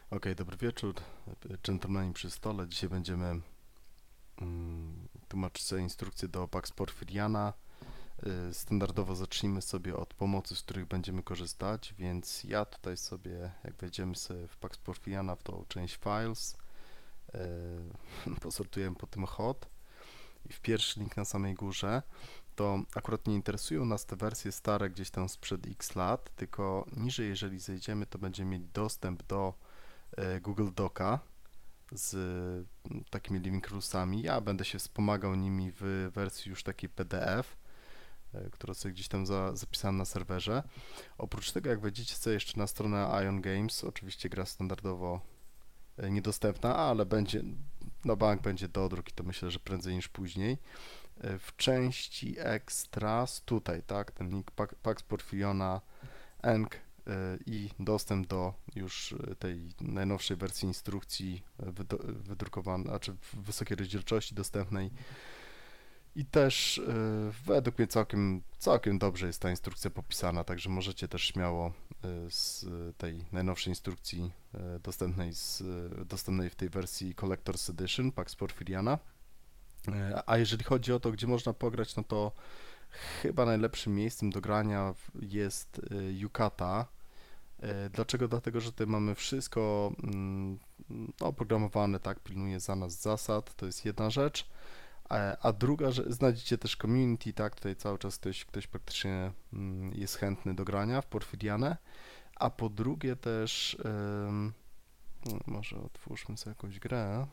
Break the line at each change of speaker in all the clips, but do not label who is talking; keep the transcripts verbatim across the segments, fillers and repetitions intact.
Okej, dobry wieczór, dżentelmeni przy stole. Dzisiaj będziemy mm, tłumaczyć sobie instrukcje do Pax Porfiriana. Y, Standardowo zacznijmy sobie od pomocy, z których będziemy korzystać, więc ja tutaj sobie, jak wejdziemy sobie w Pax Porfiriana, w tą część Files, y, posortujemy po tym hot i w pierwszy link na samej górze, to akurat nie interesują nas te wersje stare gdzieś tam sprzed X lat, tylko niżej, jeżeli zejdziemy, to będziemy mieć dostęp do e, Google Doca z mm, takimi living rulesami. Ja będę się wspomagał nimi w wersji już takiej P D F, e, która sobie gdzieś tam za, zapisałem na serwerze. Oprócz tego, jak wejdziecie sobie jeszcze na stronę Ion Games, oczywiście gra standardowo e, niedostępna, ale będzie, na bank będzie dodruk i to myślę, że prędzej niż później. E, W części Extras, tutaj, tak, ten link Pax Pax Porfiriana Enc i dostęp do już tej najnowszej wersji instrukcji wydrukowanej, znaczy w wysokiej rozdzielczości dostępnej. I też e, według mnie całkiem, całkiem dobrze jest ta instrukcja popisana, także możecie też śmiało e, z tej najnowszej instrukcji e, dostępnej, z, dostępnej w tej wersji Collector's Edition Pax Porfiriana. E, A jeżeli chodzi o to, gdzie można pograć, no to chyba najlepszym miejscem do grania jest e, Yukata. E, Dlaczego? Dlatego, że tutaj mamy wszystko mm, no, oprogramowane, tak, pilnuje za nas zasad, to jest jedna rzecz. E, A druga, że znajdziecie też community, tak, tutaj cały czas ktoś, ktoś praktycznie mm, jest chętny do grania w Porfirianę. A po drugie też, em, no, może otwórzmy sobie jakąś grę,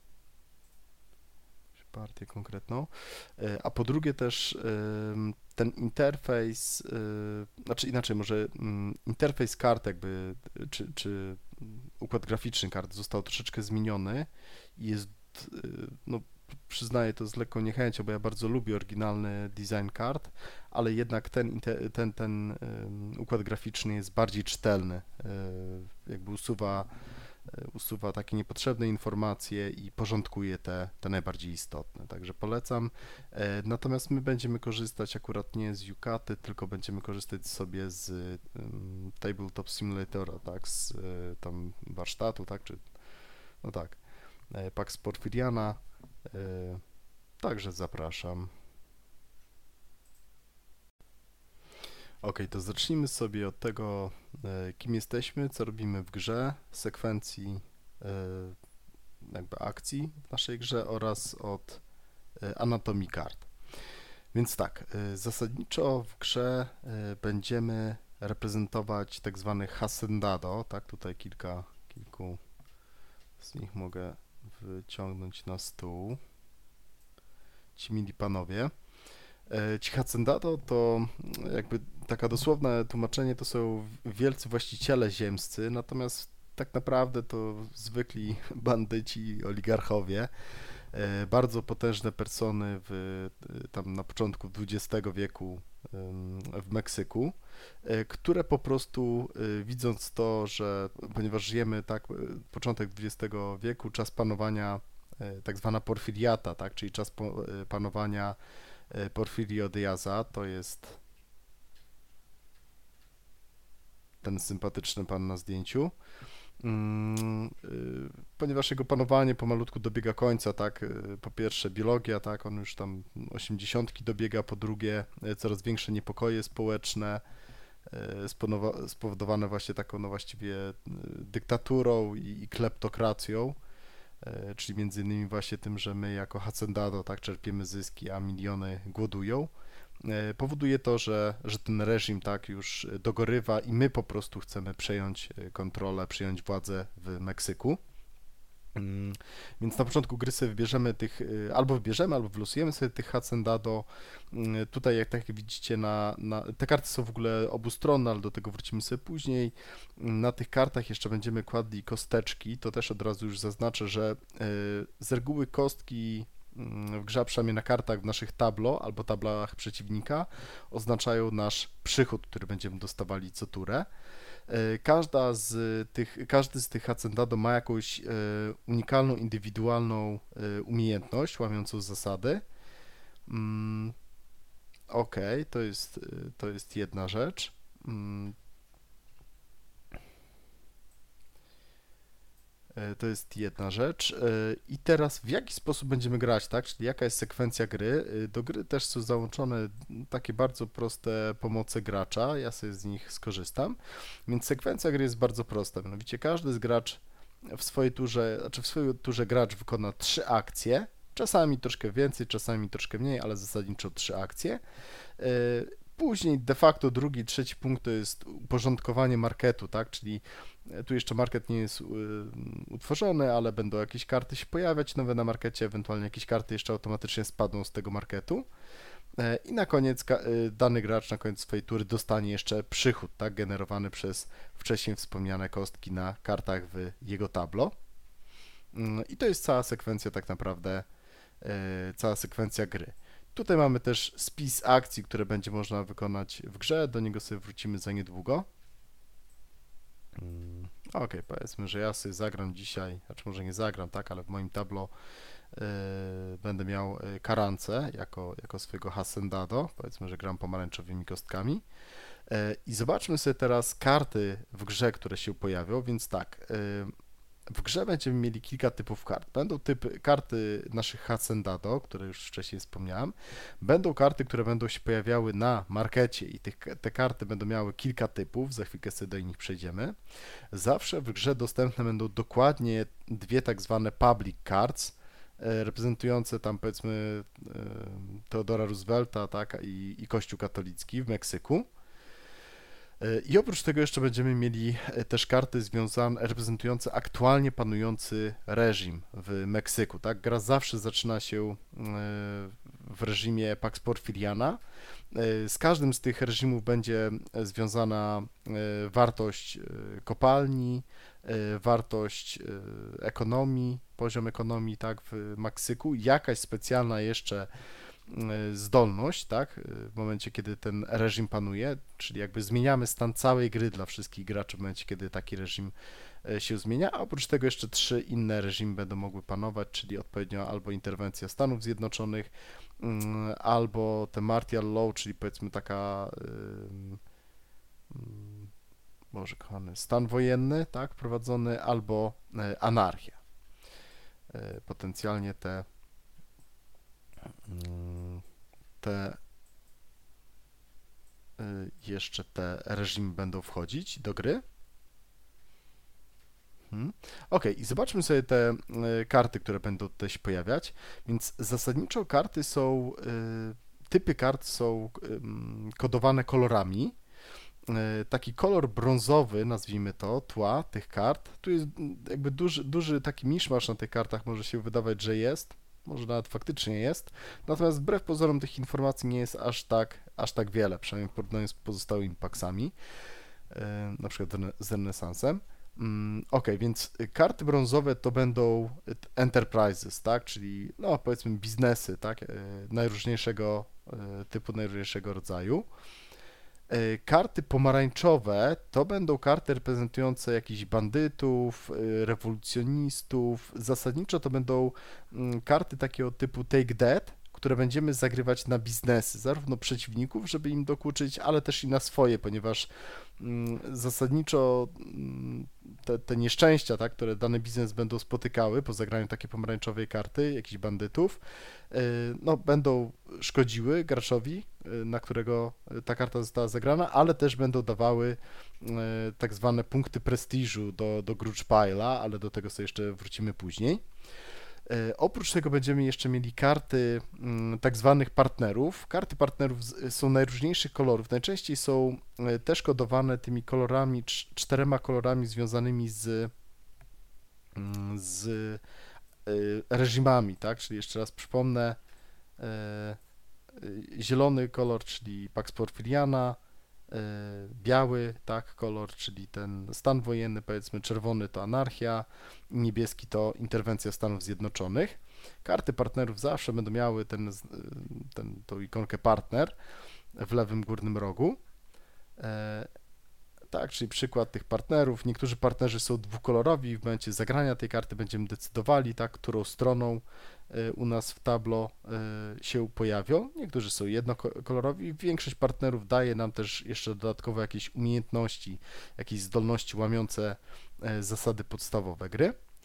partię konkretną. E, A po drugie też em, ten interfejs, e, znaczy inaczej, może mm, interfejs kart jakby, czy, czy układ graficzny kart został troszeczkę zmieniony i jest, e, no przyznaję to z lekką niechęcią, bo ja bardzo lubię oryginalny design kart, ale jednak ten, inte- ten, ten em, układ graficzny jest bardziej czytelny, e, jakby usuwa e, usuwa takie niepotrzebne informacje i porządkuje te, te najbardziej istotne. Także polecam. E, Natomiast my będziemy korzystać akurat nie z Yukaty, tylko będziemy korzystać sobie z um, Tabletop Simulatora, tak, z e, tam warsztatu, tak, czy no tak, e, Pax Porfiriana. E, Także zapraszam. Ok, to zacznijmy sobie od tego, e, kim jesteśmy, co robimy w grze, sekwencji e, jakby akcji w naszej grze oraz od e, anatomii kart. Więc tak, e, zasadniczo w grze e, będziemy reprezentować tak zwany hacendado, tak, tutaj kilka, kilku z nich mogę wyciągnąć na stół. Ci mili panowie. E, Ci hacendado to jakby taka dosłowne tłumaczenie to są wielcy właściciele ziemscy, natomiast tak naprawdę to zwykli bandyci, oligarchowie, e, bardzo potężne persony w, e, tam na początku dwudziestego wieku em, w Meksyku, e, które po prostu e, widząc to, że ponieważ żyjemy tak, e, początek dwudziestego wieku, czas panowania e, tak zwana porfiriata, tak, czyli czas po, e, panowania e, Porfirio Diaza, to jest ten sympatyczny pan na zdjęciu. Mm, y, Ponieważ jego panowanie pomalutku dobiega końca, tak, y, po pierwsze biologia, tak, on już tam osiemdziesiątki dobiega, po drugie y, coraz większe niepokoje społeczne, y, sponowa- spowodowane właśnie taką, no właściwie y, dyktaturą i, i kleptokracją, y, czyli między innymi właśnie tym, że my jako hacendado, tak, czerpiemy zyski, a miliony głodują. E, powoduje to, że, że ten reżim tak już dogorywa i my po prostu chcemy przejąć e, kontrolę, przejąć władzę w Meksyku. Mm, Więc na początku gry sobie wybierzemy tych, e, albo wybierzemy, albo wylosujemy sobie tych hacendado. Mm, Tutaj, jak tak jak widzicie, na, na, te karty są w ogóle obustronne, ale do tego wrócimy sobie później. Mm, Na tych kartach jeszcze będziemy kładli kosteczki. To też od razu już zaznaczę, że e, z reguły kostki mm, w grze, a przynajmniej na kartach w naszych tablo albo tablach przeciwnika, oznaczają nasz przychód, który będziemy dostawali co turę. E, Każda z tych, każdy z tych hacendado ma jakąś e, unikalną, indywidualną e, umiejętność, łamiącą zasady. Mm, ok, to jest, e, to jest jedna rzecz. Mm, To jest jedna rzecz. I teraz w jaki sposób będziemy grać, tak? Czyli jaka jest sekwencja gry? Do gry też są załączone takie bardzo proste pomoce gracza. Ja sobie z nich skorzystam. Więc sekwencja gry jest bardzo prosta. Mianowicie każdy z gracz w swojej turze, znaczy w swojej turze gracz wykona trzy akcje. Czasami troszkę więcej, czasami troszkę mniej, ale zasadniczo trzy akcje. Później de facto drugi, trzeci punkt to jest uporządkowanie marketu, tak? Czyli tu jeszcze market nie jest utworzony, ale będą jakieś karty się pojawiać nowe na markecie, ewentualnie jakieś karty jeszcze automatycznie spadną z tego marketu. I na koniec dany gracz na koniec swojej tury dostanie jeszcze przychód, tak? Generowany przez wcześniej wspomniane kostki na kartach w jego tablo. I to jest cała sekwencja tak naprawdę, cała sekwencja gry. Tutaj mamy też spis akcji, które będzie można wykonać w grze, do niego sobie wrócimy za niedługo. Ok, powiedzmy, że ja sobie zagram dzisiaj, znaczy może nie zagram, tak, ale w moim tablo yy, będę miał Karance jako, jako swojego Hacendado, powiedzmy, że gram pomarańczowymi kostkami. Yy, I zobaczmy sobie teraz karty w grze, które się pojawią, więc tak, yy, w grze będziemy mieli kilka typów kart. Będą typy karty naszych Hacendado, które już wcześniej wspomniałem. Będą karty, które będą się pojawiały na markecie i tych, te karty będą miały kilka typów. Za chwilkę sobie do nich przejdziemy. Zawsze w grze dostępne będą dokładnie dwie tak zwane public cards, reprezentujące tam powiedzmy Theodora Roosevelta, tak, i, i Kościół katolicki w Meksyku. I oprócz tego jeszcze będziemy mieli też karty związane, reprezentujące aktualnie panujący reżim w Meksyku, tak? Gra zawsze zaczyna się w reżimie Pax Porfiriana. Z każdym z tych reżimów będzie związana wartość kopalni, wartość ekonomii, poziom ekonomii, tak, w Meksyku, jakaś specjalna jeszcze zdolność, tak, w momencie, kiedy ten reżim panuje, czyli jakby zmieniamy stan całej gry dla wszystkich graczy w momencie, kiedy taki reżim się zmienia, a oprócz tego jeszcze trzy inne reżimy będą mogły panować, czyli odpowiednio albo interwencja Stanów Zjednoczonych, albo ten martial law, czyli powiedzmy taka Boże kochany, stan wojenny, tak, prowadzony, albo anarchia. Potencjalnie te te jeszcze te reżimy będą wchodzić do gry. Hmm. Ok, i zobaczmy sobie te karty, które będą tutaj się pojawiać. Więc zasadniczo karty są, typy kart są kodowane kolorami. Taki kolor brązowy, nazwijmy to, tła tych kart. Tu jest jakby duży, duży taki miszmasz na tych kartach, może się wydawać, że jest. Może nawet faktycznie jest, natomiast wbrew pozorom tych informacji nie jest aż tak, aż tak wiele, przynajmniej w porównaniu z pozostałymi paksami, na przykład z renesansem. Ok, więc karty brązowe to będą enterprises, tak, czyli no powiedzmy biznesy, tak, najróżniejszego typu, najróżniejszego rodzaju. Karty pomarańczowe to będą karty reprezentujące jakichś bandytów, rewolucjonistów. Zasadniczo to będą karty takiego typu Take That, które będziemy zagrywać na biznesy, zarówno przeciwników, żeby im dokuczyć, ale też i na swoje, ponieważ zasadniczo te, te nieszczęścia, tak, które dany biznes będą spotykały po zagraniu takiej pomarańczowej karty, jakichś bandytów, no, będą szkodziły graczowi, na którego ta karta została zagrana, ale też będą dawały tak zwane punkty prestiżu do, do Grudge Pile'a, ale do tego sobie jeszcze wrócimy później. Oprócz tego będziemy jeszcze mieli karty tak zwanych partnerów. Karty partnerów są najróżniejszych kolorów. Najczęściej są też kodowane tymi kolorami, czterema kolorami związanymi z, z reżimami, tak? Czyli jeszcze raz przypomnę, zielony kolor, czyli Pax Porfiriana, biały, tak, kolor, czyli ten stan wojenny, powiedzmy, czerwony to anarchia, niebieski to interwencja Stanów Zjednoczonych. Karty partnerów zawsze będą miały ten, ten, tą ikonkę partner w lewym górnym rogu. E, tak, czyli przykład tych partnerów. Niektórzy partnerzy są dwukolorowi, w momencie zagrania tej karty będziemy decydowali, tak, którą stroną u nas w tablo się pojawią. Niektórzy są jednokolorowi. Większość partnerów daje nam też jeszcze dodatkowo jakieś umiejętności, jakieś zdolności łamiące zasady podstawowe gry.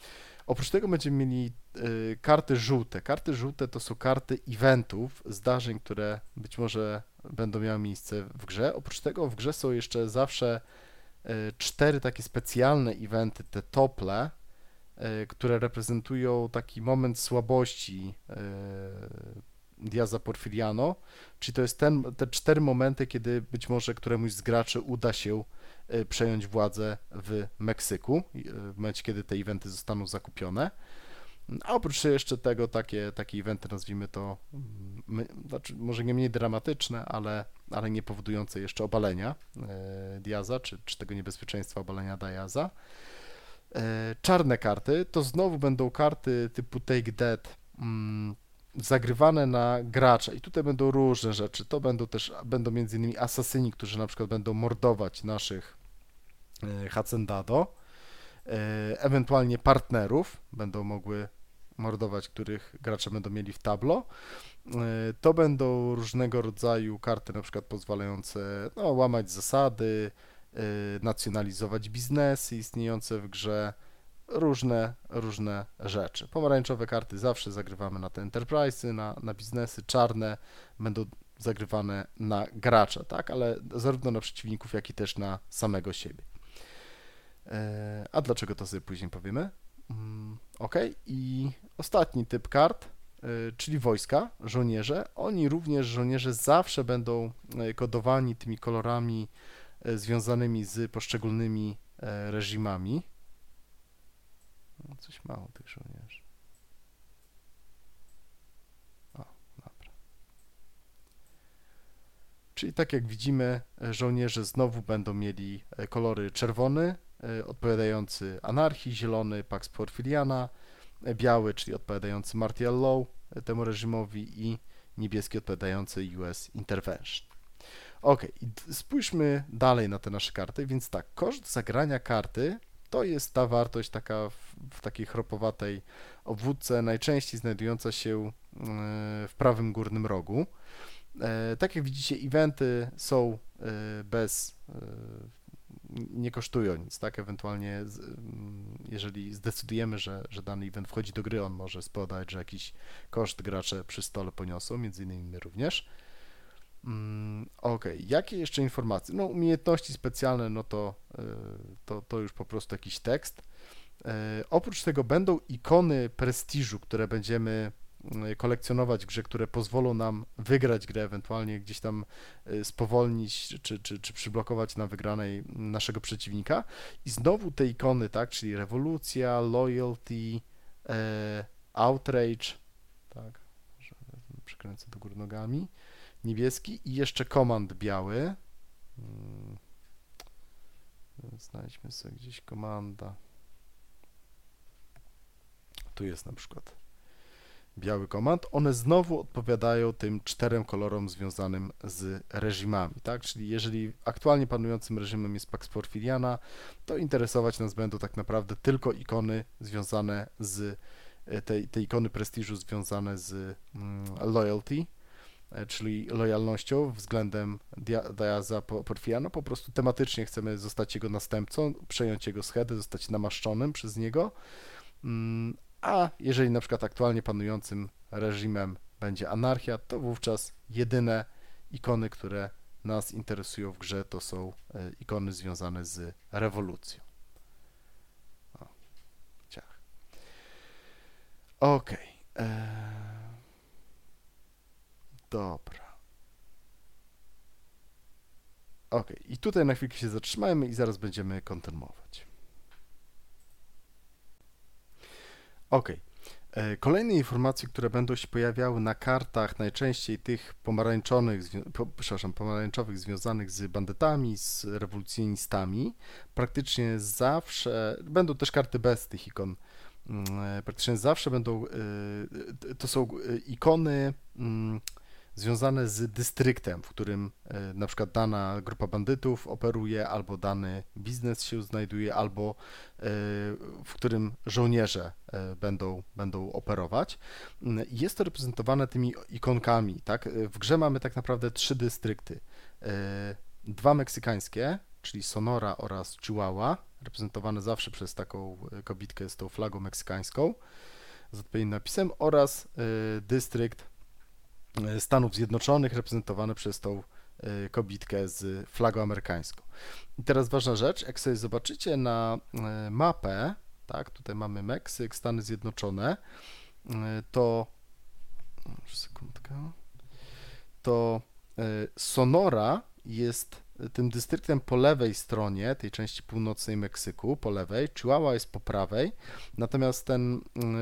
Oprócz tego będziemy mieli y, karty żółte. Karty żółte to są karty eventów, zdarzeń, które być może będą miały miejsce w grze. Oprócz tego w grze są jeszcze zawsze y, cztery takie specjalne eventy, te tople, y, które reprezentują taki moment słabości y, Diaza Porfiriano, czyli to jest ten, te cztery momenty, kiedy być może któremuś z graczy uda się y, przejąć władzę w Meksyku, y, w momencie, kiedy te eventy zostaną zakupione. A oprócz jeszcze tego takie, takie eventy, nazwijmy to, mm, my, znaczy może nie mniej dramatyczne, ale, ale nie powodujące jeszcze obalenia y, Diaza, czy, czy tego niebezpieczeństwa obalenia Diaza. Y, czarne karty to znowu będą karty typu Take That, mm, zagrywane na gracza i tutaj będą różne rzeczy. To będą też, będą między innymi asasyni, którzy na przykład będą mordować naszych e, hacendado, e, ewentualnie partnerów będą mogły mordować, których gracze będą mieli w tablo. E, to będą różnego rodzaju karty, na przykład pozwalające no, łamać zasady, e, nacjonalizować biznesy istniejące w grze, różne, różne rzeczy. Pomarańczowe karty zawsze zagrywamy na te enterprise'y, na, na biznesy, czarne będą zagrywane na gracza, tak, ale zarówno na przeciwników, jak i też na samego siebie. E, a dlaczego to sobie później powiemy? Mm, ok, i ostatni typ kart, e, czyli wojska, żołnierze. Oni również, żołnierze, zawsze będą kodowani tymi kolorami e, związanymi z poszczególnymi e, reżimami. No, coś mało tych żołnierzy. O, dobra. Czyli tak jak widzimy, żołnierze znowu będą mieli kolory czerwony, odpowiadający anarchii, zielony Pax Porfiriana, biały, czyli odpowiadający Martial Law temu reżimowi i niebieski odpowiadający U S Intervention. Ok, i spójrzmy dalej na te nasze karty, więc tak, koszt zagrania karty to jest ta wartość taka w, w takiej chropowatej obwódce, najczęściej znajdująca się w prawym górnym rogu. Tak jak widzicie, eventy są bez, nie kosztują nic, tak? Ewentualnie jeżeli zdecydujemy, że, że dany event wchodzi do gry, on może spowodować, że jakiś koszt gracze przy stole poniosą, między innymi my również. Ok, jakie jeszcze informacje? No umiejętności specjalne, no to, to, to już po prostu jakiś tekst. Oprócz tego będą ikony prestiżu, które będziemy kolekcjonować w grze, które pozwolą nam wygrać grę, ewentualnie gdzieś tam spowolnić czy, czy, czy przyblokować na wygranej naszego przeciwnika. I znowu te ikony, tak, czyli rewolucja, loyalty, outrage, tak, przekręcę do góry nogami, niebieski i jeszcze komand biały. Hmm. Znajdźmy sobie gdzieś komanda. Tu jest na przykład biały komand. One znowu odpowiadają tym czterem kolorom związanym z reżimami, tak? Czyli jeżeli aktualnie panującym reżimem jest Pax Porfiriana, to interesować nas będą tak naprawdę tylko ikony związane z te, te ikony prestiżu związane z mm, loyalty, czyli lojalnością względem Diaza Porfiriano. Po prostu tematycznie chcemy zostać jego następcą, przejąć jego schedę, zostać namaszczonym przez niego. A jeżeli na przykład aktualnie panującym reżimem będzie anarchia, to wówczas jedyne ikony, które nas interesują w grze, to są ikony związane z rewolucją. O, ciach. Ok. Eee... Dobra. Ok, i tutaj na chwilkę się zatrzymajmy i zaraz będziemy kontynuować. Ok. Kolejne informacje, które będą się pojawiały na kartach, najczęściej tych pomarańczowych, po, przepraszam, pomarańczowych związanych z bandytami, z rewolucjonistami, praktycznie zawsze, będą też karty bez tych ikon, praktycznie zawsze będą, to są ikony związane z dystryktem, w którym na przykład dana grupa bandytów operuje, albo dany biznes się znajduje, albo w którym żołnierze będą, będą operować. Jest to reprezentowane tymi ikonkami, tak? W grze mamy tak naprawdę trzy dystrykty. Dwa meksykańskie, czyli Sonora oraz Chihuahua, reprezentowane zawsze przez taką kobitkę z tą flagą meksykańską z odpowiednim napisem, oraz dystrykt Stanów Zjednoczonych reprezentowany przez tą kobitkę z flagą amerykańską. I teraz ważna rzecz, jak sobie zobaczycie na mapę, tak, tutaj mamy Meksyk, Stany Zjednoczone, to sekundkę, to Sonora jest tym dystryktem po lewej stronie, tej części północnej Meksyku, po lewej, Chihuahua jest po prawej, natomiast ten,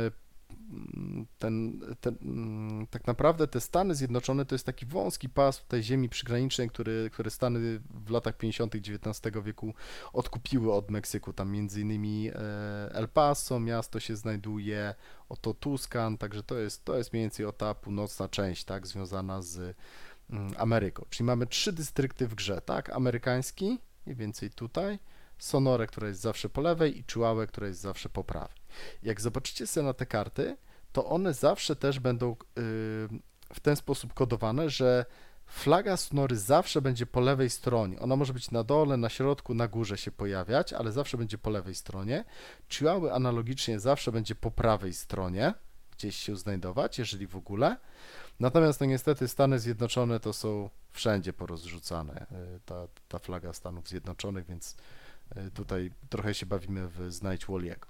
ten, ten tak naprawdę te Stany Zjednoczone to jest taki wąski pas tej ziemi przygranicznej, który, które Stany w latach pięćdziesiątych dziewiętnastego wieku odkupiły od Meksyku, tam między innymi El Paso miasto się znajduje, oto Tuscan, także to jest, to jest mniej więcej o ta północna część, tak, związana z Ameryką. Czyli mamy trzy dystrykty w grze, tak? Amerykański, mniej więcej tutaj, Sonorę, która jest zawsze po lewej i Chihuahua, która jest zawsze po prawej. Jak zobaczycie sobie na te karty, to one zawsze też będą yy, w ten sposób kodowane, że flaga Sonory zawsze będzie po lewej stronie. Ona może być na dole, na środku, na górze się pojawiać, ale zawsze będzie po lewej stronie. Chihuahua analogicznie zawsze będzie po prawej stronie, gdzieś się znajdować, jeżeli w ogóle. Natomiast no niestety Stany Zjednoczone to są wszędzie porozrzucane, ta, ta flaga Stanów Zjednoczonych, więc tutaj trochę się bawimy w znajdź Walliego.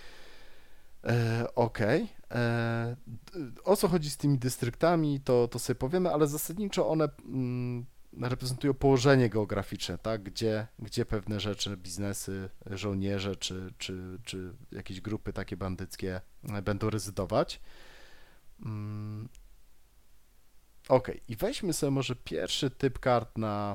E, ok. E, o co chodzi z tymi dystryktami, to, to sobie powiemy, ale zasadniczo one mm, reprezentują położenie geograficzne, tak? Gdzie, gdzie pewne rzeczy, biznesy, żołnierze czy, czy, czy jakieś grupy takie bandyckie będą rezydować. Mm. Ok, i weźmy sobie może pierwszy typ kart na,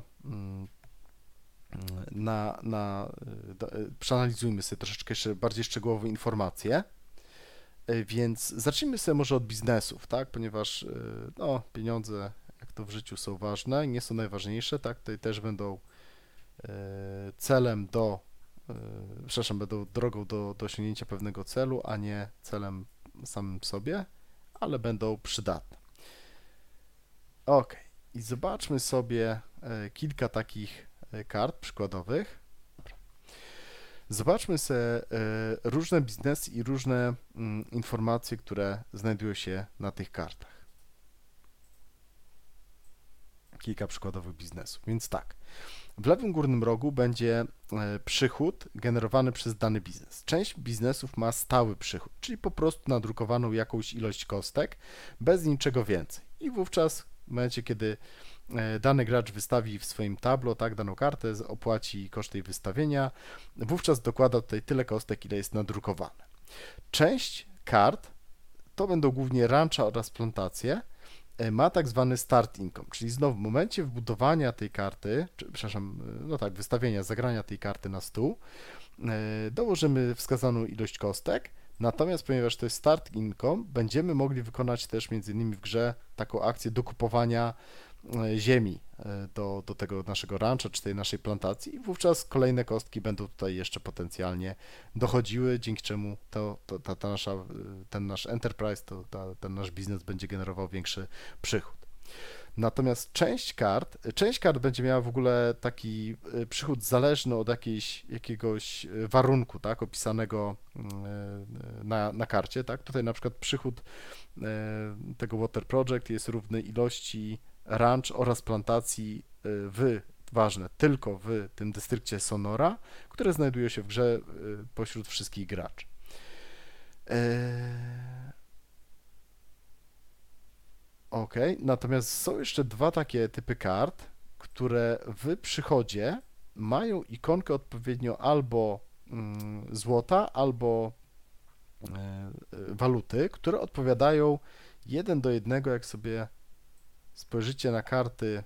na, na przeanalizujmy sobie troszeczkę jeszcze bardziej szczegółowo informacje, więc zacznijmy sobie może od biznesów, tak, ponieważ no, pieniądze, jak to w życiu, są ważne, nie są najważniejsze, tak, tutaj też będą celem do, przepraszam, będą drogą do, do osiągnięcia pewnego celu, a nie celem samym sobie, ale będą przydatne. Ok, i zobaczmy sobie kilka takich kart przykładowych. Zobaczmy sobie różne biznesy i różne informacje, które znajdują się na tych kartach. Kilka przykładowych biznesów. Więc tak, w lewym górnym rogu będzie przychód generowany przez dany biznes. Część biznesów ma stały przychód, czyli po prostu nadrukowaną jakąś ilość kostek, bez niczego więcej. I wówczas w momencie, kiedy dany gracz wystawi w swoim tablo, tak, daną kartę, opłaci koszt jej wystawienia, wówczas dokłada tutaj tyle kostek, ile jest nadrukowane. Część kart, to będą głównie rancha oraz plantacje, ma tak zwany start income, czyli znowu w momencie wbudowania tej karty, czy, przepraszam, no tak, wystawienia, zagrania tej karty na stół, dołożymy wskazaną ilość kostek, natomiast ponieważ to jest start income, będziemy mogli wykonać też między innymi w grze taką akcję dokupowania ziemi do, do tego naszego rancha, czy tej naszej plantacji i wówczas kolejne kostki będą tutaj jeszcze potencjalnie dochodziły, dzięki czemu to, to, ta, ta nasza, ten nasz enterprise, to, ta, ten nasz biznes będzie generował większy przychód. Natomiast część kart, część kart będzie miała w ogóle taki przychód zależny od jakiejś, jakiegoś warunku, tak, opisanego na, na karcie, tak. Tutaj na przykład przychód tego Water Project jest równy ilości ranch oraz plantacji w, ważne, tylko w tym dystrykcie Sonora, które znajdują się w grze pośród wszystkich graczy. Ok, natomiast są jeszcze dwa takie typy kart, które w przychodzie mają ikonkę odpowiednio albo mm, złota, albo e, waluty, które odpowiadają jeden do jednego, jak sobie spojrzycie na karty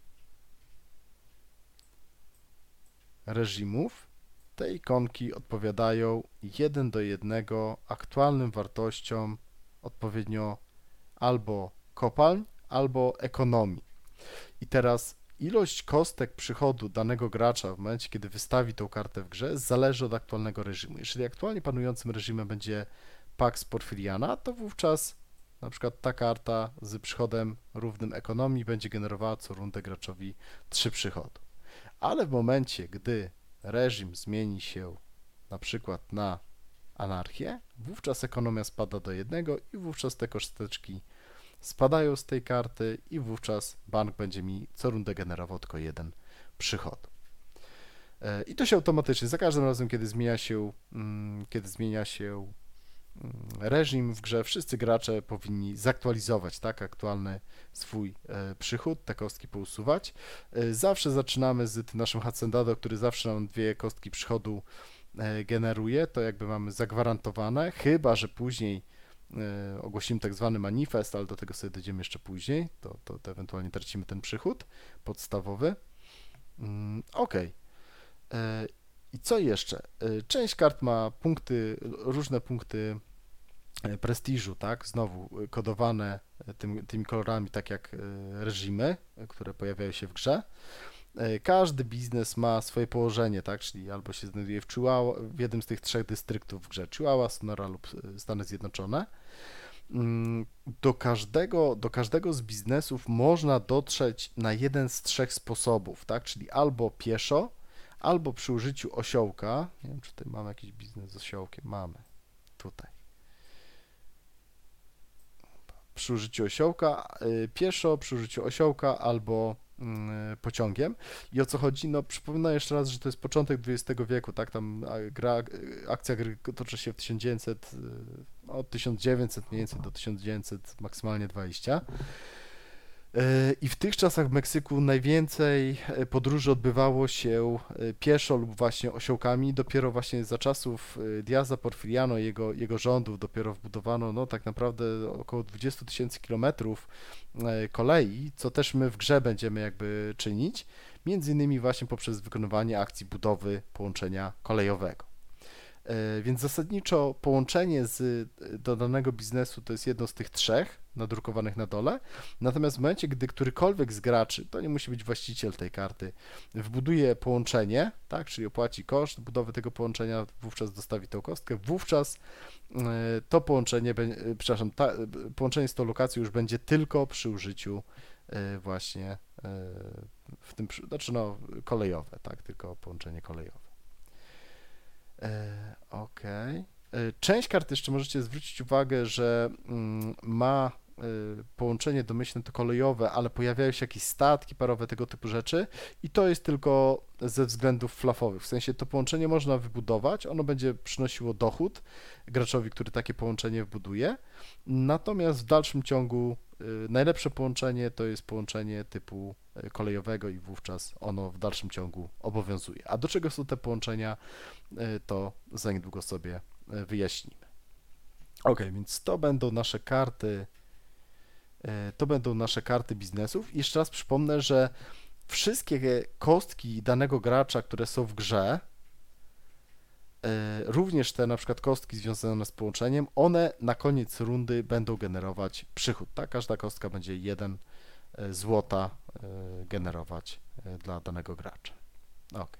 reżimów, te ikonki odpowiadają jeden do jednego aktualnym wartościom odpowiednio albo kopalń, albo ekonomii. I teraz ilość kostek przychodu danego gracza w momencie, kiedy wystawi tą kartę w grze, zależy od aktualnego reżimu. Jeżeli aktualnie panującym reżimem będzie Pax Porfiriana, to wówczas na przykład ta karta z przychodem równym ekonomii będzie generowała co rundę graczowi trzy przychody. Ale w momencie, gdy reżim zmieni się na przykład na anarchię, wówczas ekonomia spada do jednego i wówczas te kosteczki spadają z tej karty i wówczas bank będzie mi co rundę generował tylko jeden przychód. I to się automatycznie, za każdym razem, kiedy zmienia się, kiedy zmienia się reżim w grze, wszyscy gracze powinni zaktualizować, tak, aktualny swój przychód, te kostki pousuwać. Zawsze zaczynamy z tym naszym Hacendado, który zawsze nam dwie kostki przychodu generuje, to jakby mamy zagwarantowane, chyba że później ogłosimy tak zwany manifest, ale do tego sobie dojdziemy jeszcze później, to, to, to ewentualnie tracimy ten przychód podstawowy. Ok. I co jeszcze? Część kart ma punkty, różne punkty prestiżu, tak? Znowu kodowane tym, tymi kolorami, tak jak reżimy, które pojawiają się w grze. Każdy biznes ma swoje położenie, tak? Czyli albo się znajduje w Chihuahua, w jednym z tych trzech dystryktów w grze, Chihuahua, Sonora lub Stany Zjednoczone. Do każdego, do każdego z biznesów można dotrzeć na jeden z trzech sposobów, tak? Czyli albo pieszo, albo przy użyciu osiołka. Nie wiem, czy tutaj mamy jakiś biznes z osiołkiem. Mamy. Tutaj. Przy użyciu osiołka, pieszo, przy użyciu osiołka albo pociągiem. I o co chodzi? No przypominam jeszcze raz, że to jest początek dwudziestego wieku, tak? Tam gra, akcja gry toczy się w tysiąc dziewięćset, od tysiąc dziewięćset mniej więcej do tysiąc dziewięćset maksymalnie dwadzieścia. I w tych czasach w Meksyku najwięcej podróży odbywało się pieszo lub właśnie osiołkami. Dopiero właśnie za czasów Diaza Porfiriano i jego, jego rządów dopiero wbudowano no tak naprawdę około dwadzieścia tysięcy kilometrów kolei, co też my w grze będziemy jakby czynić, między innymi właśnie poprzez wykonywanie akcji budowy połączenia kolejowego. Więc zasadniczo połączenie z, do danego biznesu to jest jedno z tych trzech nadrukowanych na dole, natomiast w momencie, gdy którykolwiek z graczy, to nie musi być właściciel tej karty, wbuduje połączenie, tak, czyli opłaci koszt budowy tego połączenia, wówczas dostawi tą kostkę, wówczas to połączenie, przepraszam, ta, połączenie z tą lokacją już będzie tylko przy użyciu właśnie w tym, znaczy no kolejowe, tak, tylko połączenie kolejowe. Ok. Część kart jeszcze możecie zwrócić uwagę, że ma połączenie domyślne to kolejowe, ale pojawiają się jakieś statki parowe, tego typu rzeczy i to jest tylko ze względów flafowych. W sensie to połączenie można wybudować, ono będzie przynosiło dochód graczowi, który takie połączenie wbuduje, natomiast w dalszym ciągu najlepsze połączenie to jest połączenie typu kolejowego i wówczas ono w dalszym ciągu obowiązuje. A do czego są te połączenia, to za niedługo sobie wyjaśnimy. Ok, więc to będą nasze karty, to będą nasze karty biznesów. I jeszcze raz przypomnę, że wszystkie kostki danego gracza, które są w grze, również te na przykład kostki związane z połączeniem, one na koniec rundy będą generować przychód. Tak? Każda kostka będzie jeden złota generować dla danego gracza. Ok.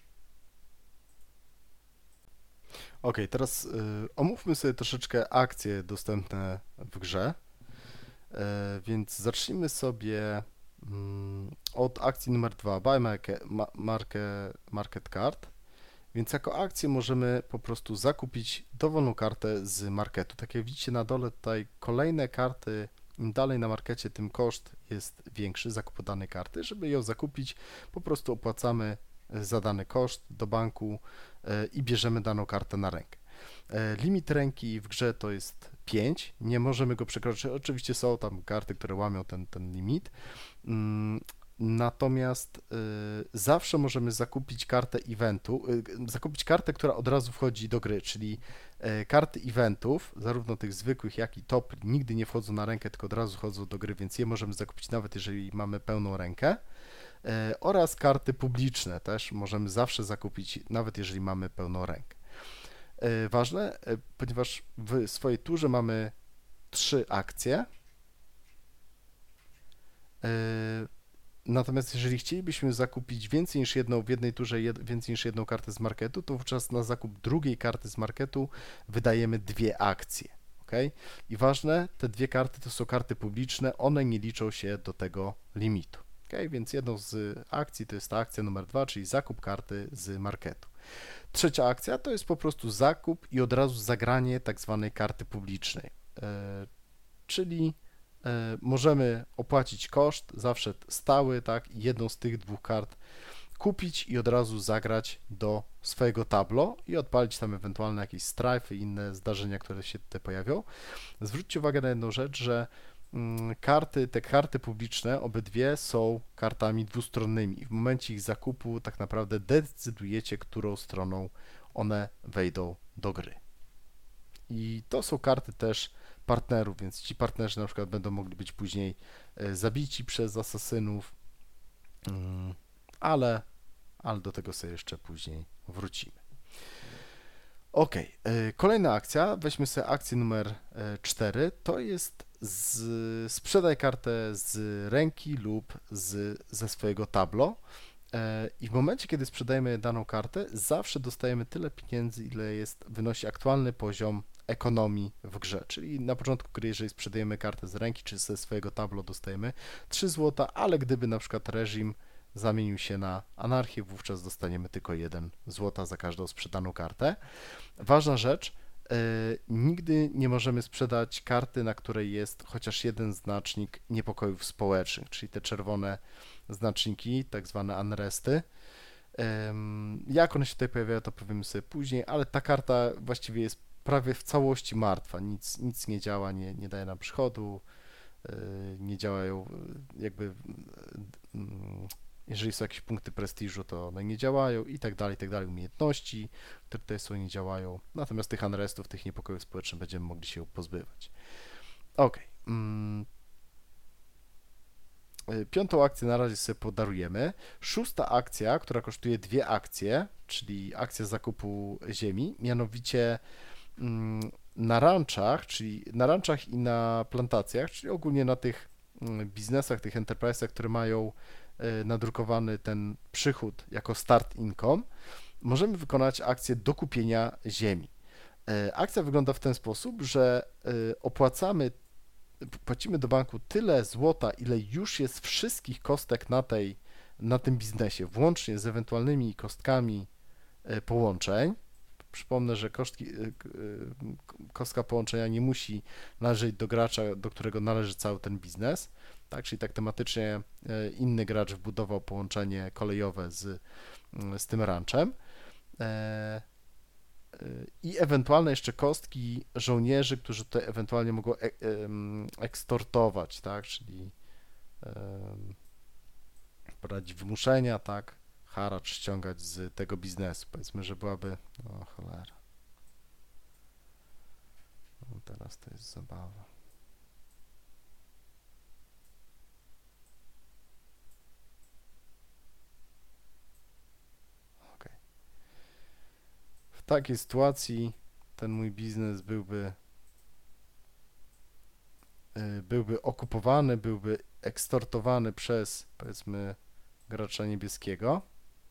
Ok, teraz y, omówmy sobie troszeczkę akcje dostępne w grze, y, więc zacznijmy sobie y, od akcji numer dwa, Buy market, market, market Card. Więc jako akcję możemy po prostu zakupić dowolną kartę z marketu. Tak jak widzicie na dole tutaj kolejne karty, im dalej na markecie, tym koszt jest większy zakupu danej karty. Żeby ją zakupić, po prostu opłacamy za dany koszt do banku i bierzemy daną kartę na rękę. Limit ręki w grze to jest pięć, nie możemy go przekroczyć. Oczywiście są tam karty, które łamią ten, ten limit. Natomiast y, zawsze możemy zakupić kartę eventu, y, zakupić kartę, która od razu wchodzi do gry, czyli y, karty eventów, zarówno tych zwykłych, jak i top, nigdy nie wchodzą na rękę, tylko od razu wchodzą do gry, więc je możemy zakupić nawet jeżeli mamy pełną rękę. Y, oraz karty publiczne też możemy zawsze zakupić, nawet jeżeli mamy pełną rękę. Y, ważne, y, ponieważ w swojej turze mamy trzy akcje. Y, Natomiast jeżeli chcielibyśmy zakupić więcej niż jedną, w jednej turze jed, więcej niż jedną kartę z marketu, to wówczas na zakup drugiej karty z marketu wydajemy dwie akcje. Okay? I ważne, te dwie karty to są karty publiczne, one nie liczą się do tego limitu. Okay? Więc jedną z akcji to jest ta akcja numer dwa, czyli zakup karty z marketu. Trzecia akcja to jest po prostu zakup i od razu zagranie tak zwanej karty publicznej, e, czyli e, możemy opłacić koszt, zawsze stały, tak, i jedną z tych dwóch kart kupić i od razu zagrać do swojego tablo i odpalić tam ewentualne jakieś strajfy i inne zdarzenia, które się tutaj pojawią. Zwróćcie uwagę na jedną rzecz, że mm, karty, te karty publiczne, obydwie są kartami dwustronnymi i w momencie ich zakupu tak naprawdę decydujecie, którą stroną one wejdą do gry. I to są karty też partnerów, więc ci partnerzy na przykład będą mogli być później e, zabici przez asasynów, mm, ale, ale do tego sobie jeszcze później wrócimy. Ok, kolejna akcja, weźmy sobie akcję numer cztery, to jest z, sprzedaj kartę z ręki lub z, ze swojego tablo i w momencie, kiedy sprzedajemy daną kartę, zawsze dostajemy tyle pieniędzy, ile jest, wynosi aktualny poziom ekonomii w grze, czyli na początku gry, jeżeli sprzedajemy kartę z ręki czy ze swojego tablo, dostajemy trzy złota, ale gdyby na przykład reżim zamienił się na anarchię, wówczas dostaniemy tylko jeden złota za każdą sprzedaną kartę. Ważna rzecz, yy, nigdy nie możemy sprzedać karty, na której jest chociaż jeden znacznik niepokojów społecznych, czyli te czerwone znaczniki, tak zwane unresty. Yy, jak one się tutaj pojawiają, to powiemy sobie później, ale ta karta właściwie jest prawie w całości martwa, nic, nic nie działa, nie, nie daje nam przychodu, yy, nie działają jakby... Yy, jeżeli są jakieś punkty prestiżu, to one nie działają i tak dalej, i tak dalej. Umiejętności, które tutaj są, nie działają. Natomiast tych unrestów, tych niepokojów społecznych będziemy mogli się pozbywać. Ok. Piątą akcję na razie sobie podarujemy. Szósta akcja, która kosztuje dwie akcje, czyli akcja zakupu ziemi, mianowicie na ranczach, czyli na ranczach i na plantacjach, czyli ogólnie na tych biznesach, tych enterprise'ach, które mają nadrukowany ten przychód jako start income, możemy wykonać akcję dokupienia ziemi. Akcja wygląda w ten sposób, że opłacamy, płacimy do banku tyle złota, ile już jest wszystkich kostek na, tej, na tym biznesie, włącznie z ewentualnymi kostkami połączeń. Przypomnę, że kostki, kostka połączenia nie musi należeć do gracza, do którego należy cały ten biznes. Tak, czyli tak tematycznie inny gracz wbudował połączenie kolejowe z, z tym ranczem i ewentualne jeszcze kostki żołnierzy, którzy tutaj ewentualnie mogą ekstortować, tak, czyli prowadzić wymuszenia, tak, haracz ściągać z tego biznesu. Powiedzmy, że byłaby, o cholera, no teraz to jest zabawa. W takiej sytuacji ten mój biznes byłby byłby okupowany, byłby ekstortowany przez, powiedzmy, gracza niebieskiego.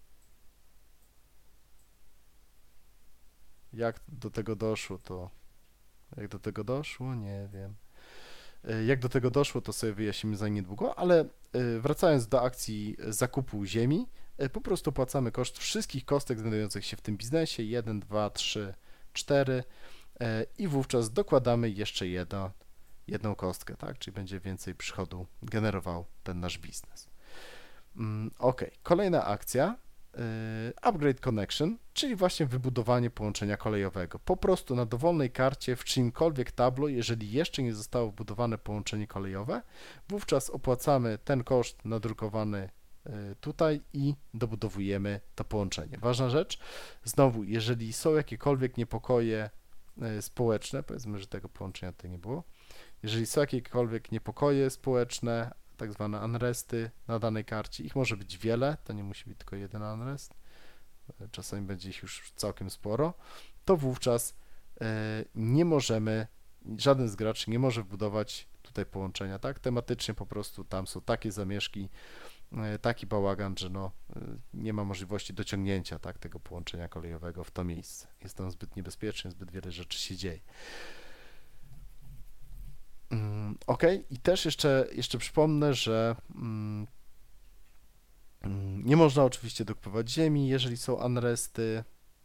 Jak do tego doszło, to jak do tego doszło, nie wiem. Jak do tego doszło, to sobie wyjaśnimy za niedługo, ale wracając do akcji zakupu ziemi, po prostu opłacamy koszt wszystkich kostek znajdujących się w tym biznesie, jeden, dwa, trzy, cztery i wówczas dokładamy jeszcze jedno, jedną kostkę, tak, czyli będzie więcej przychodu generował ten nasz biznes. Ok, kolejna akcja, Upgrade Connection, czyli właśnie wybudowanie połączenia kolejowego. Po prostu na dowolnej karcie w czyimkolwiek tablo, jeżeli jeszcze nie zostało wbudowane połączenie kolejowe, wówczas opłacamy ten koszt nadrukowany tutaj i dobudowujemy to połączenie. Ważna rzecz, znowu, jeżeli są jakiekolwiek niepokoje społeczne, powiedzmy, że tego połączenia tutaj nie było, jeżeli są jakiekolwiek niepokoje społeczne, tak zwane unresty na danej karcie, ich może być wiele, to nie musi być tylko jeden unrest, czasami będzie ich już całkiem sporo, to wówczas nie możemy, żaden z graczy nie może wbudować tutaj połączenia, tak? Tematycznie po prostu tam są takie zamieszki, taki bałagan, że no, nie ma możliwości dociągnięcia, tak, tego połączenia kolejowego w to miejsce. Jest tam zbyt niebezpiecznie, zbyt wiele rzeczy się dzieje. Ok, i też jeszcze, jeszcze przypomnę, że nie można oczywiście dokupować ziemi, jeżeli są unresty,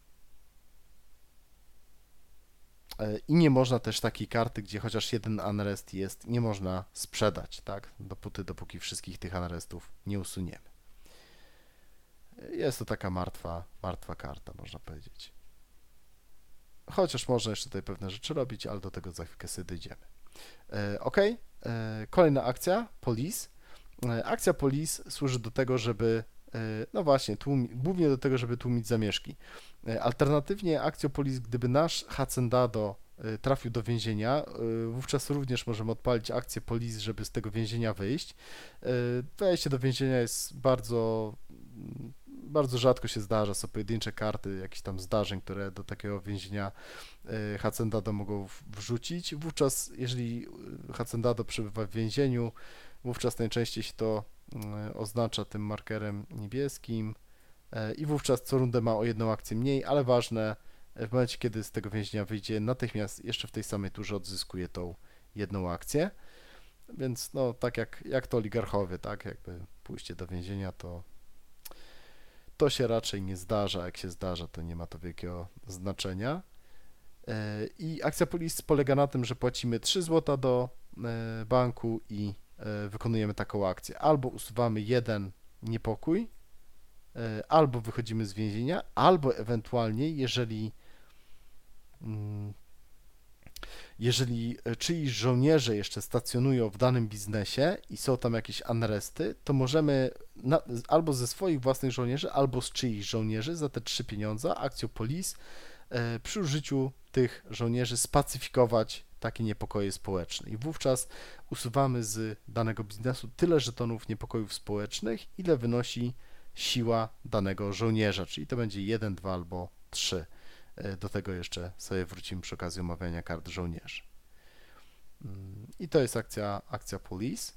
I nie można też takiej karty, gdzie chociaż jeden unrest jest, nie można sprzedać, tak? Dopóty, dopóki wszystkich tych unrestów nie usuniemy. Jest to taka martwa, martwa karta, można powiedzieć. Chociaż można jeszcze tutaj pewne rzeczy robić, ale do tego za chwilkę sobie dojdziemy. Ok, kolejna akcja, Police. Akcja Police służy do tego, żeby, no właśnie, tłumi, głównie do tego, żeby tłumić zamieszki. Alternatywnie akcją Police, gdyby nasz Hacendado trafił do więzienia, wówczas również możemy odpalić akcję Police, żeby z tego więzienia wyjść. Wejście do więzienia jest bardzo, bardzo rzadko się zdarza, są pojedyncze karty jakichś tam zdarzeń, które do takiego więzienia Hacendado mogą wrzucić. Wówczas, jeżeli Hacendado przebywa w więzieniu, wówczas najczęściej się to oznacza tym markerem niebieskim i wówczas co rundę ma o jedną akcję mniej, ale ważne, w momencie, kiedy z tego więzienia wyjdzie, natychmiast jeszcze w tej samej turze odzyskuje tą jedną akcję. Więc no, tak jak, jak to oligarchowie, tak, jakby pójście do więzienia, to to się raczej nie zdarza, jak się zdarza, to nie ma to wielkiego znaczenia. I akcja Police polega na tym, że płacimy trzy złota do banku i wykonujemy taką akcję. Albo usuwamy jeden niepokój, albo wychodzimy z więzienia, albo ewentualnie, jeżeli jeżeli czyjś żołnierze jeszcze stacjonują w danym biznesie i są tam jakieś unresty, to możemy na, albo ze swoich własnych żołnierzy, albo z czyichś żołnierzy za te trzy pieniądze, akcją Police, przy użyciu tych żołnierzy spacyfikować takie niepokoje społeczne. I wówczas usuwamy z danego biznesu tyle żetonów niepokojów społecznych, ile wynosi siła danego żołnierza, czyli to będzie jeden, dwa albo trzy. Do tego jeszcze sobie wrócimy przy okazji omawiania kart żołnierzy. I to jest akcja, akcja Police.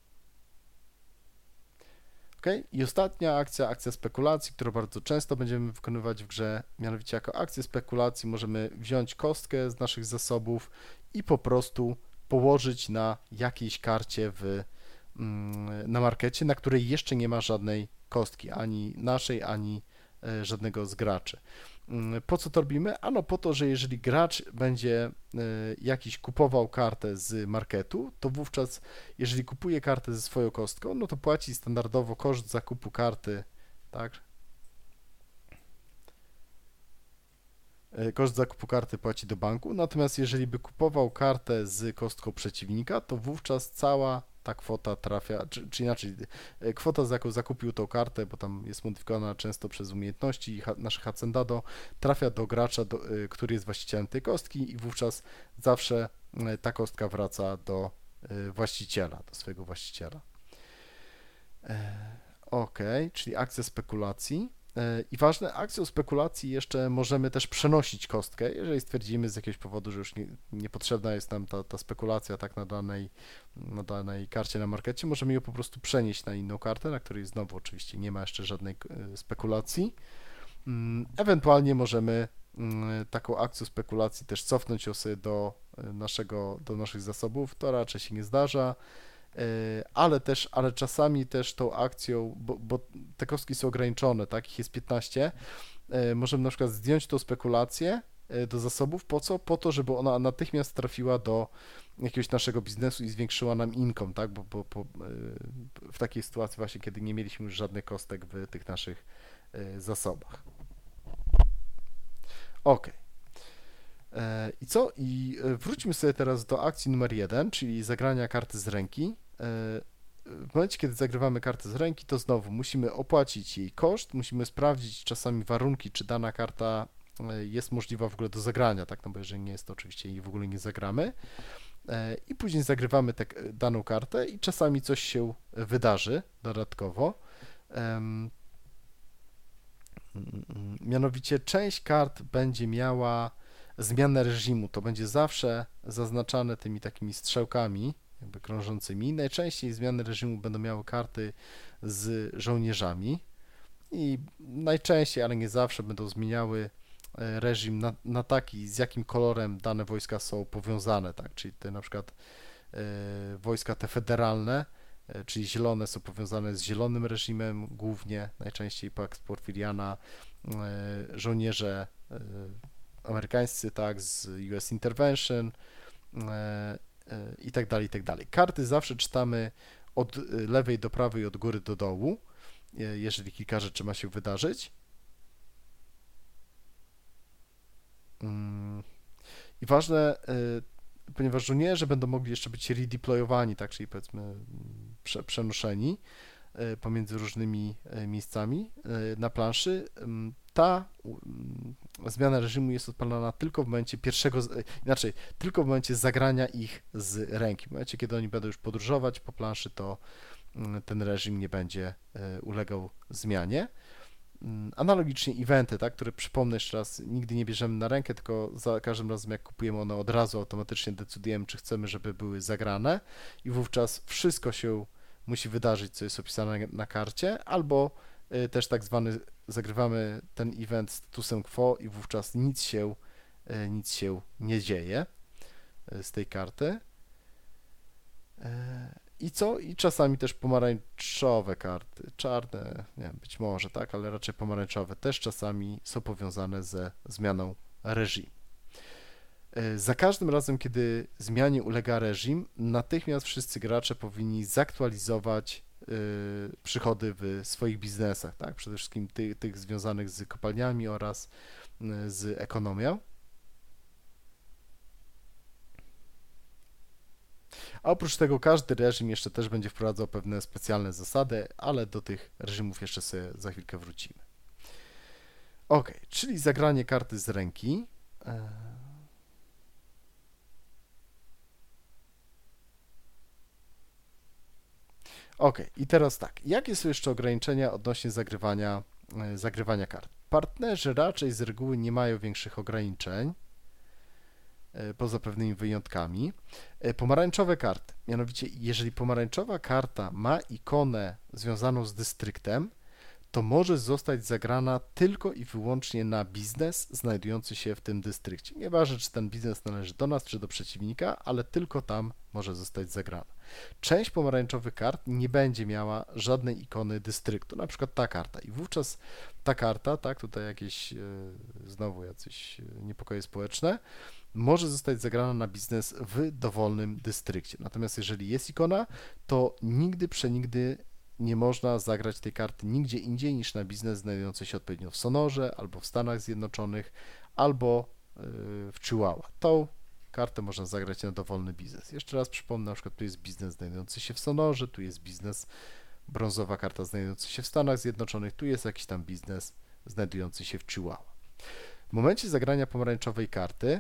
Ok, i ostatnia akcja, akcja spekulacji, którą bardzo często będziemy wykonywać w grze, mianowicie jako akcję spekulacji możemy wziąć kostkę z naszych zasobów i po prostu położyć na jakiejś karcie w, na markecie, na której jeszcze nie ma żadnej kostki, ani naszej, ani żadnego z graczy. Po co to robimy? Ano po to, że jeżeli gracz będzie jakiś kupował kartę z marketu, to wówczas, jeżeli kupuje kartę ze swoją kostką, no to płaci standardowo koszt zakupu karty, tak? Koszt zakupu karty płaci do banku, natomiast jeżeli by kupował kartę z kostką przeciwnika, to wówczas cała ta kwota trafia, czy, czy inaczej, kwota, za jaką zakupił tą kartę, bo tam jest modyfikowana często przez umiejętności i ha, nasze Hacendado, trafia do gracza, do, który jest właścicielem tej kostki i wówczas zawsze ta kostka wraca do właściciela, do swojego właściciela. Ok, czyli akcja spekulacji. I ważne, akcją spekulacji jeszcze możemy też przenosić kostkę, jeżeli stwierdzimy z jakiegoś powodu, że już nie, niepotrzebna jest nam ta, ta spekulacja tak na danej, na danej karcie na markecie, możemy ją po prostu przenieść na inną kartę, na której znowu oczywiście nie ma jeszcze żadnej spekulacji. Ewentualnie możemy taką akcją spekulacji też cofnąć ją sobie do naszego, do naszych zasobów, to raczej się nie zdarza. Ale też, ale czasami też tą akcją, bo, bo te kostki są ograniczone, tak, ich jest piętnaście, możemy na przykład zdjąć tą spekulację do zasobów, po co? Po to, żeby ona natychmiast trafiła do jakiegoś naszego biznesu i zwiększyła nam income, tak, bo, bo, bo w takiej sytuacji właśnie, kiedy nie mieliśmy już żadnych kostek w tych naszych zasobach. Ok. I co? I wróćmy sobie teraz do akcji numer jeden, czyli zagrania karty z ręki. W momencie, kiedy zagrywamy kartę z ręki, to znowu musimy opłacić jej koszt, musimy sprawdzić czasami warunki, czy dana karta jest możliwa w ogóle do zagrania, tak, no bo jeżeli nie jest, to oczywiście jej w ogóle nie zagramy. I później zagrywamy tę daną kartę i czasami coś się wydarzy dodatkowo. Mianowicie część kart będzie miała zmianę reżimu, to będzie zawsze zaznaczane tymi takimi strzałkami, jakby krążącymi. Najczęściej zmiany reżimu będą miały karty z żołnierzami i najczęściej, ale nie zawsze, będą zmieniały reżim na, na taki, z jakim kolorem dane wojska są powiązane, tak, czyli te na przykład e, wojska te federalne, e, czyli zielone są powiązane z zielonym reżimem głównie, najczęściej Pax Porfiriana, e, żołnierze e, amerykańscy, tak, z U S Intervention e, e, i tak dalej, i tak dalej. Karty zawsze czytamy od lewej do prawej, od góry do dołu, e, jeżeli kilka rzeczy ma się wydarzyć. Mm. I ważne, e, ponieważ żołnierze będą mogli jeszcze być redeployowani, tak, czyli powiedzmy prze, przenoszeni e, pomiędzy różnymi e, miejscami e, na planszy, ta zmiana reżimu jest odpalana tylko w momencie pierwszego, inaczej, tylko w momencie zagrania ich z ręki. W momencie, kiedy oni będą już podróżować po planszy, to ten reżim nie będzie ulegał zmianie. Analogicznie eventy, tak, które przypomnę jeszcze raz, nigdy nie bierzemy na rękę, tylko za każdym razem jak kupujemy one od razu automatycznie decydujemy, czy chcemy, żeby były zagrane i wówczas wszystko się musi wydarzyć, co jest opisane na karcie, albo też tak zwany zagrywamy ten event statusem quo i wówczas nic się, nic się nie dzieje z tej karty. I co? I czasami też pomarańczowe karty, czarne, nie wiem, być może, tak, ale raczej pomarańczowe też czasami są powiązane ze zmianą reżimu. Za każdym razem, kiedy zmianie ulega reżim, natychmiast wszyscy gracze powinni zaktualizować przychody w swoich biznesach, tak? Przede wszystkim tych, tych związanych z kopalniami oraz z ekonomią. A oprócz tego każdy reżim jeszcze też będzie wprowadzał pewne specjalne zasady, ale do tych reżimów jeszcze sobie za chwilkę wrócimy. Ok, czyli zagranie karty z ręki. Ok, i teraz tak, jakie są jeszcze ograniczenia odnośnie zagrywania, zagrywania kart? Partnerzy raczej z reguły nie mają większych ograniczeń, poza pewnymi wyjątkami. Pomarańczowe karty, mianowicie jeżeli pomarańczowa karta ma ikonę związaną z dystryktem, to może zostać zagrana tylko i wyłącznie na biznes znajdujący się w tym dystrykcie. Nieważne, czy ten biznes należy do nas, czy do przeciwnika, ale tylko tam może zostać zagrana. Część pomarańczowych kart nie będzie miała żadnej ikony dystryktu, na przykład ta karta. I wówczas ta karta, tak, tutaj jakieś znowu jacyś niepokoje społeczne, może zostać zagrana na biznes w dowolnym dystrykcie. Natomiast jeżeli jest ikona, to nigdy, przenigdy nie można zagrać tej karty nigdzie indziej niż na biznes znajdujący się odpowiednio w Sonorze, albo w Stanach Zjednoczonych, albo w Chihuahua. Tą kartę można zagrać na dowolny biznes. Jeszcze raz przypomnę, na przykład tu jest biznes znajdujący się w Sonorze, tu jest biznes, brązowa karta znajdujący się w Stanach Zjednoczonych, tu jest jakiś tam biznes znajdujący się w Chihuahua. W momencie zagrania pomarańczowej karty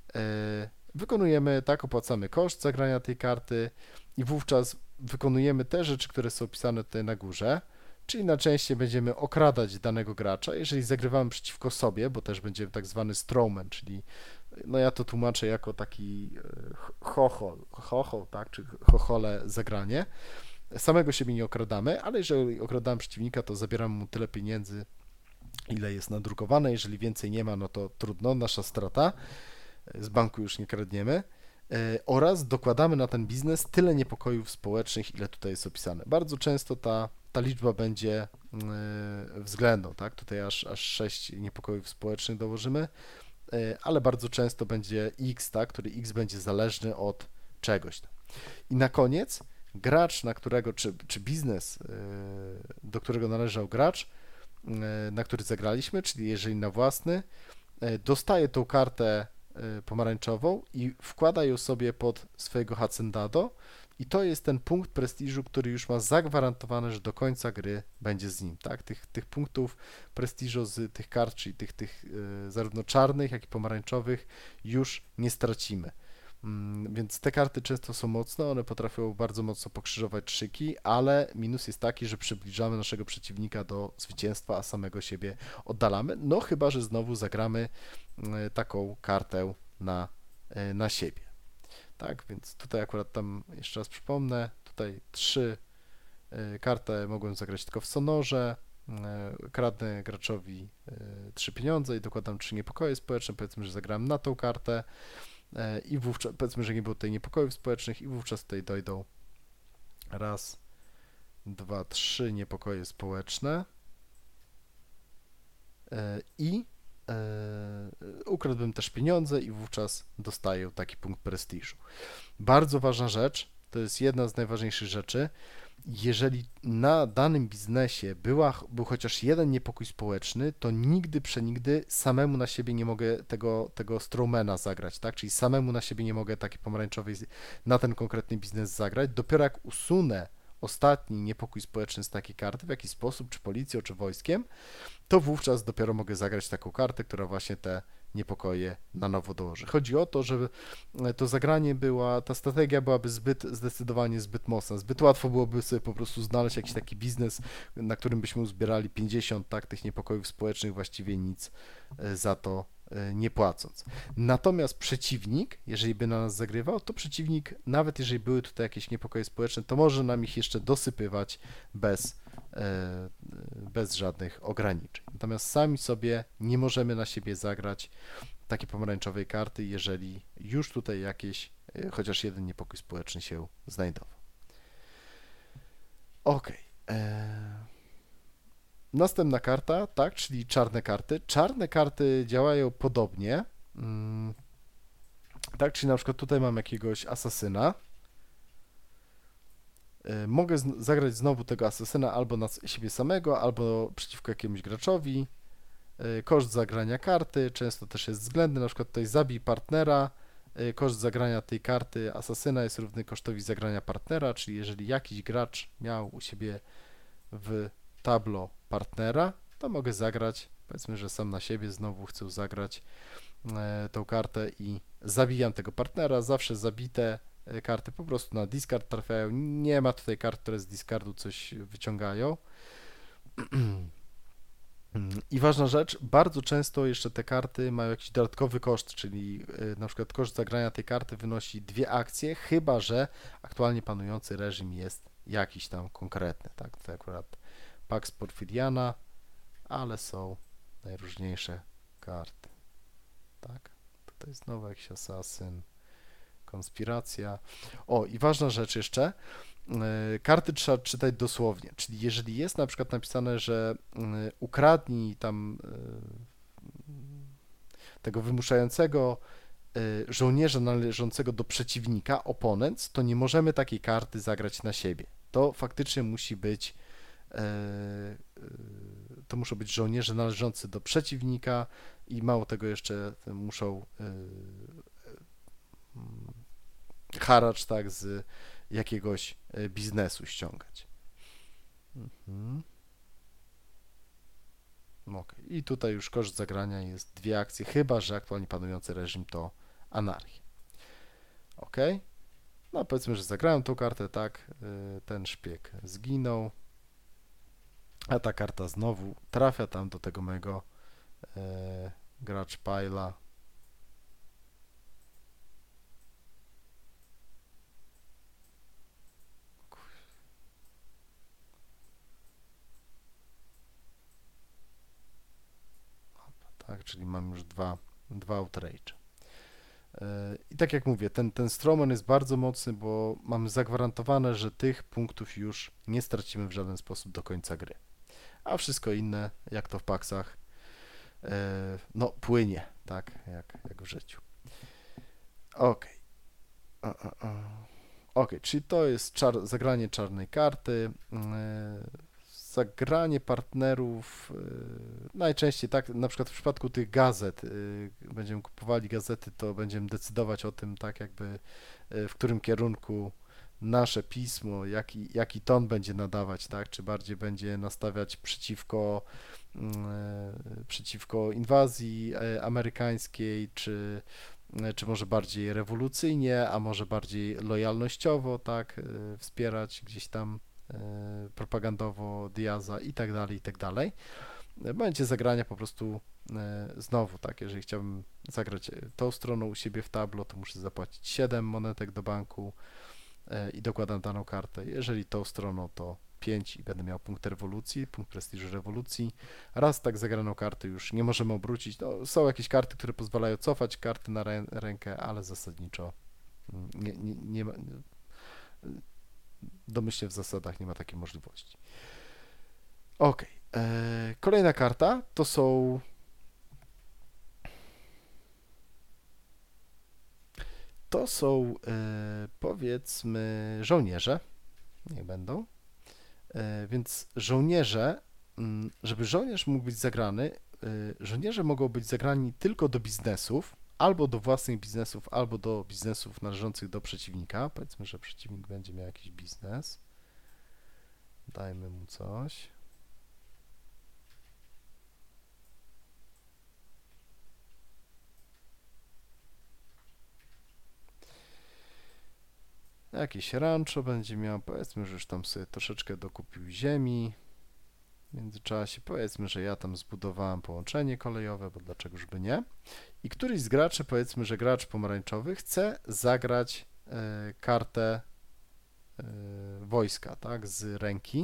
wykonujemy, tak, opłacamy koszt zagrania tej karty i wówczas wykonujemy te rzeczy, które są opisane tutaj na górze, czyli najczęściej będziemy okradać danego gracza, jeżeli zagrywamy przeciwko sobie, bo też będzie tak zwany strawman, czyli no ja to tłumaczę jako taki chochol, chochol, tak, czy chochole zagranie. Samego siebie nie okradamy, ale jeżeli okradamy przeciwnika, to zabieramy mu tyle pieniędzy, ile jest nadrukowane, jeżeli więcej nie ma, no to trudno, nasza strata. Z banku już nie kradniemy, oraz dokładamy na ten biznes tyle niepokojów społecznych, ile tutaj jest opisane. Bardzo często ta, ta liczba będzie względną, tak? Tutaj aż, aż sześć niepokojów społecznych dołożymy, ale bardzo często będzie X, tak? Który X będzie zależny od czegoś. I na koniec gracz, na którego, czy, czy biznes, do którego należał gracz, na który zagraliśmy, czyli jeżeli na własny, dostaje tą kartę pomarańczową i wkłada ją sobie pod swojego hacendado i to jest ten punkt prestiżu, który już ma zagwarantowane, że do końca gry będzie z nim, tak? Tych, tych punktów prestiżu z tych kart, czyli tych, tych zarówno czarnych, jak i pomarańczowych już nie stracimy. Więc te karty często są mocne, one potrafią bardzo mocno pokrzyżować szyki, ale minus jest taki, że przybliżamy naszego przeciwnika do zwycięstwa, a samego siebie oddalamy, no chyba, że znowu zagramy taką kartę na, na siebie. Tak, więc tutaj akurat tam jeszcze raz przypomnę, tutaj trzy karty mogłem zagrać tylko w Sonorze, kradnę graczowi trzy pieniądze i dokładam trzy niepokoje społeczne, powiedzmy, że zagrałem na tą kartę, i wówczas, powiedzmy, że nie było tutaj niepokojów społecznych i wówczas tutaj dojdą raz, dwa, trzy niepokoje społeczne i e, ukradłbym też pieniądze i wówczas dostaję taki punkt prestiżu. Bardzo ważna rzecz, to jest jedna z najważniejszych rzeczy, jeżeli na danym biznesie była, był chociaż jeden niepokój społeczny, to nigdy, przenigdy samemu na siebie nie mogę tego, tego strawmana zagrać, tak? Czyli samemu na siebie nie mogę takiej pomarańczowej na ten konkretny biznes zagrać. Dopiero jak usunę ostatni niepokój społeczny z takiej karty, w jakiś sposób, czy policją, czy wojskiem, to wówczas dopiero mogę zagrać taką kartę, która właśnie te niepokoje na nowo dołoży. Chodzi o to, żeby to zagranie była, ta strategia byłaby zbyt, zdecydowanie zbyt mocna, zbyt łatwo byłoby sobie po prostu znaleźć jakiś taki biznes, na którym byśmy uzbierali pięćdziesiąt, tak, tych niepokojów społecznych, właściwie nic za to nie płacąc. Natomiast przeciwnik, jeżeli by na nas zagrywał, to przeciwnik, nawet jeżeli były tutaj jakieś niepokoje społeczne, to może nam ich jeszcze dosypywać bez, bez żadnych ograniczeń. Natomiast sami sobie nie możemy na siebie zagrać takiej pomarańczowej karty, jeżeli już tutaj jakieś, chociaż jeden niepokój społeczny się znajdował. Ok. Następna karta, tak, czyli czarne karty. Czarne karty działają podobnie, tak, czyli na przykład tutaj mam jakiegoś asasyna. Mogę zagrać znowu tego asasyna albo na siebie samego, albo przeciwko jakiemuś graczowi. Koszt zagrania karty często też jest względny, na przykład tutaj zabij partnera. Koszt zagrania tej karty asasyna jest równy kosztowi zagrania partnera, czyli jeżeli jakiś gracz miał u siebie w tablo partnera, to mogę zagrać, powiedzmy, że sam na siebie znowu chcę zagrać e, tą kartę i zabijam tego partnera. Zawsze zabite karty po prostu na discard trafiają. Nie ma tutaj kart, które z discardu coś wyciągają. I ważna rzecz, bardzo często jeszcze te karty mają jakiś dodatkowy koszt, czyli e, na przykład koszt zagrania tej karty wynosi dwie akcje, chyba że aktualnie panujący reżim jest jakiś tam konkretny, tak, to akurat Pax Porfiriana, ale są najróżniejsze karty, tak, tutaj znowu jakiś asasyn, konspiracja. O, i ważna rzecz jeszcze, yy, karty trzeba czytać dosłownie, czyli jeżeli jest na przykład napisane, że yy, ukradnij tam yy, tego wymuszającego yy, żołnierza należącego do przeciwnika, oponent, to nie możemy takiej karty zagrać na siebie. To faktycznie musi być to muszą być żołnierze należący do przeciwnika i mało tego jeszcze muszą haracz, tak, z jakiegoś biznesu ściągać. Mhm. Okay. I tutaj już koszt zagrania jest dwie akcje, chyba że aktualnie panujący reżim to anarchia. Ok. No powiedzmy, że zagrałem tą kartę, tak, ten szpieg zginął. A ta karta znowu trafia tam do tego mojego e, gracz Pile'a. Tak, czyli mam już dwa, dwa outrage. E, I tak jak mówię, ten, ten strawman jest bardzo mocny, bo mamy zagwarantowane, że tych punktów już nie stracimy w żaden sposób do końca gry. A wszystko inne, jak to w paksach, e, no płynie, tak, jak, jak w życiu. Ok. Ok, czyli to jest czar, zagranie czarnej karty. Zagranie partnerów najczęściej tak, na przykład w przypadku tych gazet, będziemy kupowali gazety, to będziemy decydować o tym, tak jakby w którym kierunku nasze pismo, jaki, jaki ton będzie nadawać, tak, czy bardziej będzie nastawiać przeciwko, przeciwko inwazji amerykańskiej, czy czy może bardziej rewolucyjnie, a może bardziej lojalnościowo, tak, wspierać gdzieś tam propagandowo Diaza i tak dalej, i tak dalej. Będzie zagrania po prostu znowu, tak, jeżeli chciałbym zagrać tą stroną u siebie w tablo, to muszę zapłacić siedem monetek do banku i dokładam daną kartę. Jeżeli tą stroną, to pięć i będę miał punkt rewolucji, punkt prestiżu rewolucji. Raz tak zagraną kartę już nie możemy obrócić. No, są jakieś karty, które pozwalają cofać karty na rę rękę, ale zasadniczo nie, nie, nie ma, domyślnie w zasadach nie ma takiej możliwości. Ok. Kolejna karta to są to są e, powiedzmy żołnierze, niech będą, e, więc żołnierze, mm, żeby żołnierz mógł być zagrany, e, żołnierze mogą być zagrani tylko do biznesów, albo do własnych biznesów, albo do biznesów należących do przeciwnika. Powiedzmy, że przeciwnik będzie miał jakiś biznes. Dajmy mu coś. Jakieś rancho będzie miał, powiedzmy, że już tam sobie troszeczkę dokupił ziemi. W międzyczasie powiedzmy, że ja tam zbudowałem połączenie kolejowe, bo dlaczegoż by nie. I któryś z graczy, powiedzmy, że gracz pomarańczowy chce zagrać e, kartę e, wojska, tak, z ręki.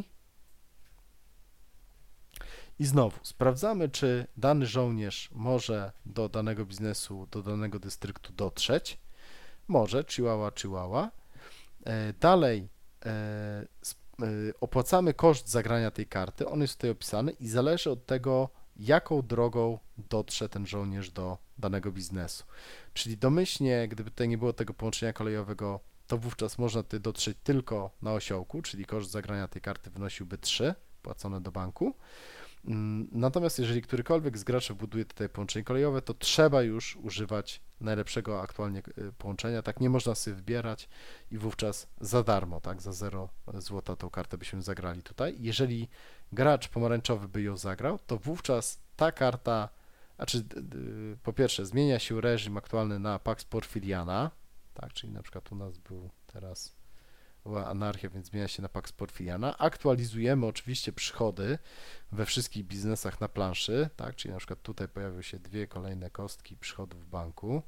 I znowu sprawdzamy, czy dany żołnierz może do danego biznesu, do danego dystryktu dotrzeć. Może, chihuahua, chihuahua. E, dalej e, sp- e, opłacamy koszt zagrania tej karty, on jest tutaj opisany i zależy od tego, jaką drogą dotrze ten żołnierz do danego biznesu. Czyli domyślnie, gdyby tutaj nie było tego połączenia kolejowego, to wówczas można tutaj dotrzeć tylko na osiołku, czyli koszt zagrania tej karty wynosiłby trzy, płacone do banku. Mm, Natomiast jeżeli którykolwiek z graczy buduje tutaj połączenie kolejowe, to trzeba już używać najlepszego aktualnie y, połączenia, tak nie można sobie wybierać i wówczas za darmo, tak, za zero złota tą kartę byśmy zagrali tutaj. Jeżeli gracz pomarańczowy by ją zagrał, to wówczas ta karta, znaczy d- d- po pierwsze zmienia się reżim aktualny na Pax Porfiriana, tak, czyli na przykład u nas był teraz była anarchia, więc zmienia się na Pax Porfiriana. Aktualizujemy oczywiście przychody we wszystkich biznesach na planszy, tak, czyli na przykład tutaj pojawią się dwie kolejne kostki przychodów w banku,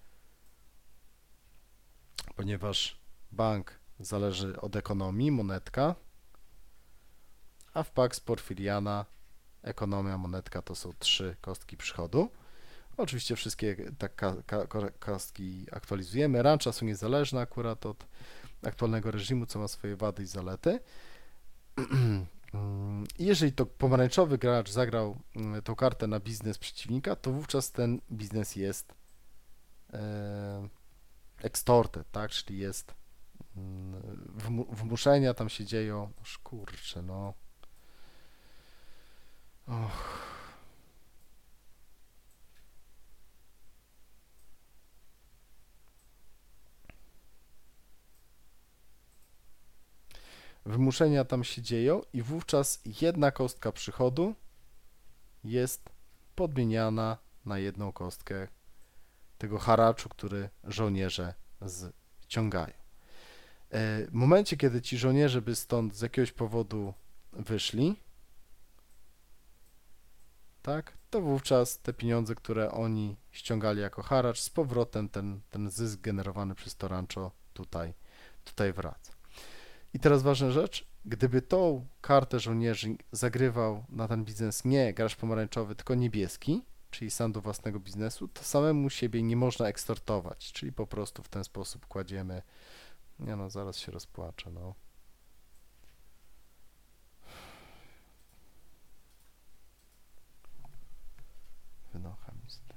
ponieważ bank zależy od ekonomii, monetka, a w Pax Porfiriana ekonomia, monetka to są trzy kostki przychodu. Oczywiście wszystkie tak ka, ka, kostki aktualizujemy. Rancza są niezależne akurat od aktualnego reżimu, co ma swoje wady i zalety. I jeżeli to pomarańczowy gracz zagrał tą kartę na biznes przeciwnika, to wówczas ten biznes jest e, extorted, tak, czyli jest wmu- wmuszenia tam się dzieją. Oż kurczę, no. Och. Wymuszenia tam się dzieją i wówczas jedna kostka przychodu jest podmieniana na jedną kostkę tego haraczu, który żołnierze ściągają. W momencie, kiedy ci żołnierze by stąd z jakiegoś powodu wyszli, tak, to wówczas te pieniądze, które oni ściągali jako haracz, z powrotem ten, ten zysk generowany przez to rancho tutaj, tutaj wraca. I teraz ważna rzecz, gdyby tą kartę żołnierzy zagrywał na ten biznes nie gracz pomarańczowy, tylko niebieski, czyli sam do własnego biznesu, to samemu siebie nie można eksportować, czyli po prostu w ten sposób kładziemy, nie no, zaraz się rozpłaczę, no. Wynocha mi z tym.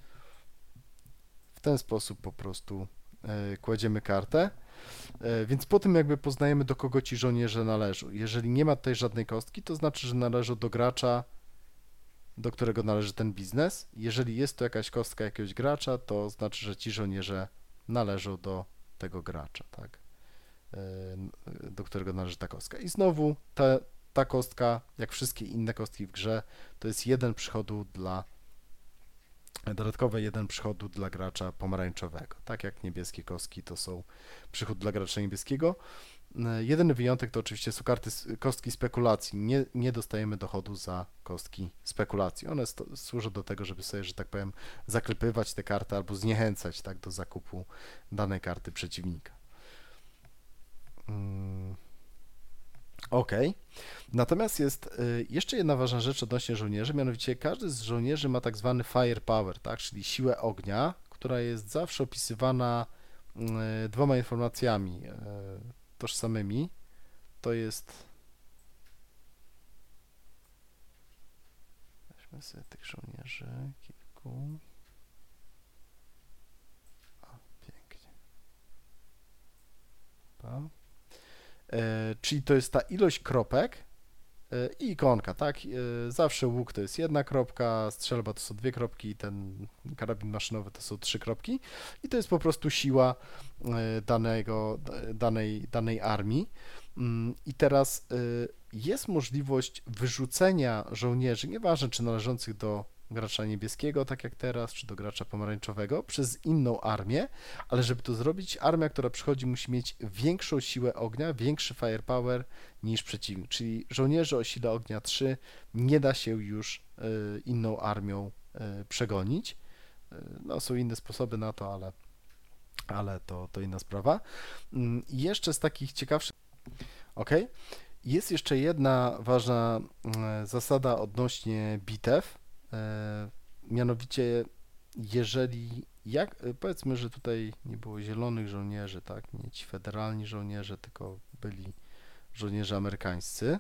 W ten sposób po prostu e, kładziemy kartę. E, Więc po tym jakby poznajemy, do kogo ci żołnierze należą. Jeżeli nie ma tutaj żadnej kostki, to znaczy, że należą do gracza, do którego należy ten biznes. Jeżeli jest to jakaś kostka jakiegoś gracza, to znaczy, że ci żołnierze należą do tego gracza, tak? E, Do którego należy ta kostka. I znowu ta, ta kostka, jak wszystkie inne kostki w grze, to jest jeden przychodu dla dodatkowe jeden przychodu dla gracza pomarańczowego. Tak jak niebieskie kostki to są przychód dla gracza niebieskiego. Jedyny wyjątek to oczywiście są karty, kostki spekulacji. Nie, nie dostajemy dochodu za kostki spekulacji. One sto, służą do tego, żeby sobie, że tak powiem, zaklepywać te karty albo zniechęcać tak do zakupu danej karty przeciwnika. Hmm. Ok. Natomiast jest y, jeszcze jedna ważna rzecz odnośnie żołnierzy, mianowicie każdy z żołnierzy ma tak zwany firepower, tak, czyli siłę ognia, która jest zawsze opisywana y, dwoma informacjami y, tożsamymi. To jest... Weźmy sobie tych żołnierzy kilku. O, pięknie. czyli to jest ta ilość kropek i ikonka, tak? Zawsze łuk to jest jedna kropka, strzelba to są dwie kropki, ten karabin maszynowy to są trzy kropki i to jest po prostu siła danego, danej, danej armii. I teraz jest możliwość wyrzucenia żołnierzy, nieważne czy należących do gracza niebieskiego, tak jak teraz, czy do gracza pomarańczowego, przez inną armię, ale żeby to zrobić, armia, która przychodzi, musi mieć większą siłę ognia, większy firepower niż przeciwnik, czyli żołnierze o sile ognia trzy nie da się już inną armią przegonić. No, są inne sposoby na to, ale, ale to, to inna sprawa. I jeszcze z takich ciekawszych... Ok. Jest jeszcze jedna ważna zasada odnośnie bitew, mianowicie jeżeli, jak, powiedzmy, że tutaj nie było zielonych żołnierzy, tak, nie ci federalni żołnierze, tylko byli żołnierze amerykańscy,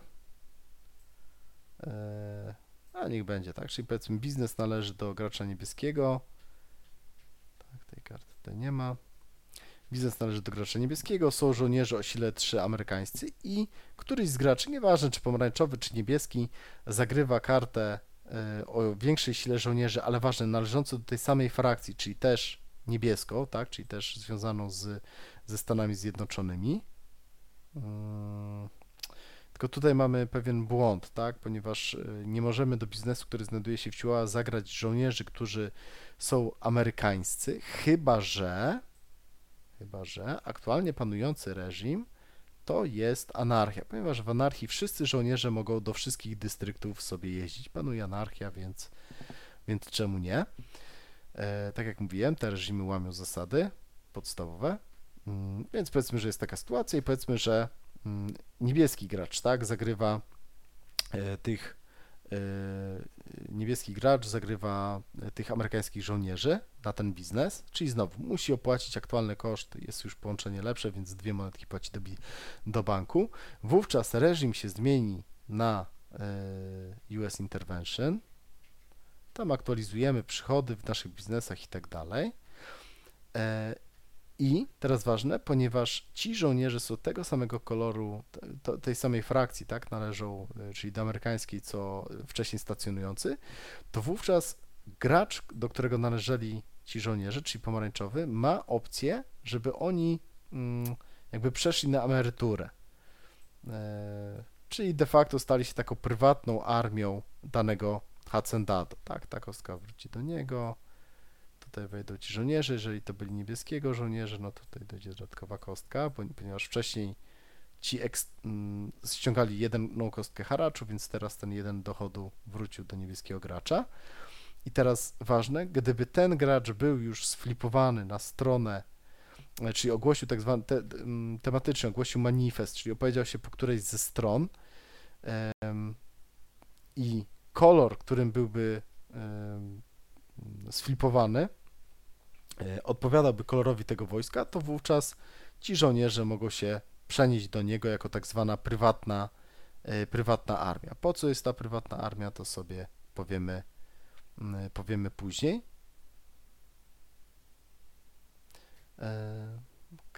a niech będzie, tak, czyli powiedzmy biznes należy do gracza niebieskiego, tak, tej karty tutaj nie ma. Biznes należy do gracza niebieskiego, są żołnierze o sile trzy amerykańscy i któryś z graczy, nieważne czy pomarańczowy, czy niebieski, zagrywa kartę o większej sile żołnierzy, ale ważne, należącą do tej samej frakcji, czyli też niebieską, tak, czyli też związaną z, ze Stanami Zjednoczonymi. Hmm. Tylko tutaj mamy pewien błąd, tak, ponieważ nie możemy do biznesu, który znajduje się w Chihuahua, zagrać żołnierzy, którzy są amerykańscy, chyba że Chyba że aktualnie panujący reżim to jest anarchia, ponieważ w anarchii wszyscy żołnierze mogą do wszystkich dystryktów sobie jeździć. Panuje anarchia, więc, więc czemu nie? E, tak jak mówiłem, te reżimy łamią zasady podstawowe, mm, więc powiedzmy, że jest taka sytuacja i powiedzmy, że mm, niebieski gracz, tak, zagrywa e, tych niebieski gracz zagrywa tych amerykańskich żołnierzy na ten biznes, czyli znowu musi opłacić aktualny koszt, jest już połączenie lepsze, więc dwie monetki płaci do, do banku. Wówczas reżim się zmieni na U S Intervention, tam aktualizujemy przychody w naszych biznesach i tak dalej. I teraz ważne, ponieważ ci żołnierze są tego samego koloru, te, tej samej frakcji, tak, należą, czyli do amerykańskiej, co wcześniej stacjonujący, to wówczas gracz, do którego należeli ci żołnierze, czyli pomarańczowy, ma opcję, żeby oni mm, jakby przeszli na emeryturę. E, czyli de facto stali się taką prywatną armią danego hacendado, tak, ta kostka wróci do niego. Tutaj wejdą ci żołnierze, jeżeli to byli niebieskiego żołnierze, no to tutaj dojdzie dodatkowa kostka, ponieważ wcześniej ci eks, m, ściągali jedną kostkę haraczu, więc teraz ten jeden dochodu wrócił do niebieskiego gracza. I teraz ważne, gdyby ten gracz był już sflipowany na stronę, czyli ogłosił tak zwany, te, tematycznie ogłosił manifest, czyli opowiedział się po którejś ze stron em, i kolor, którym byłby em, sflipowany, odpowiadałby kolorowi tego wojska, to wówczas ci żołnierze mogą się przenieść do niego jako tak zwana prywatna, prywatna armia. Po co jest ta prywatna armia, to sobie powiemy, powiemy później. Ok.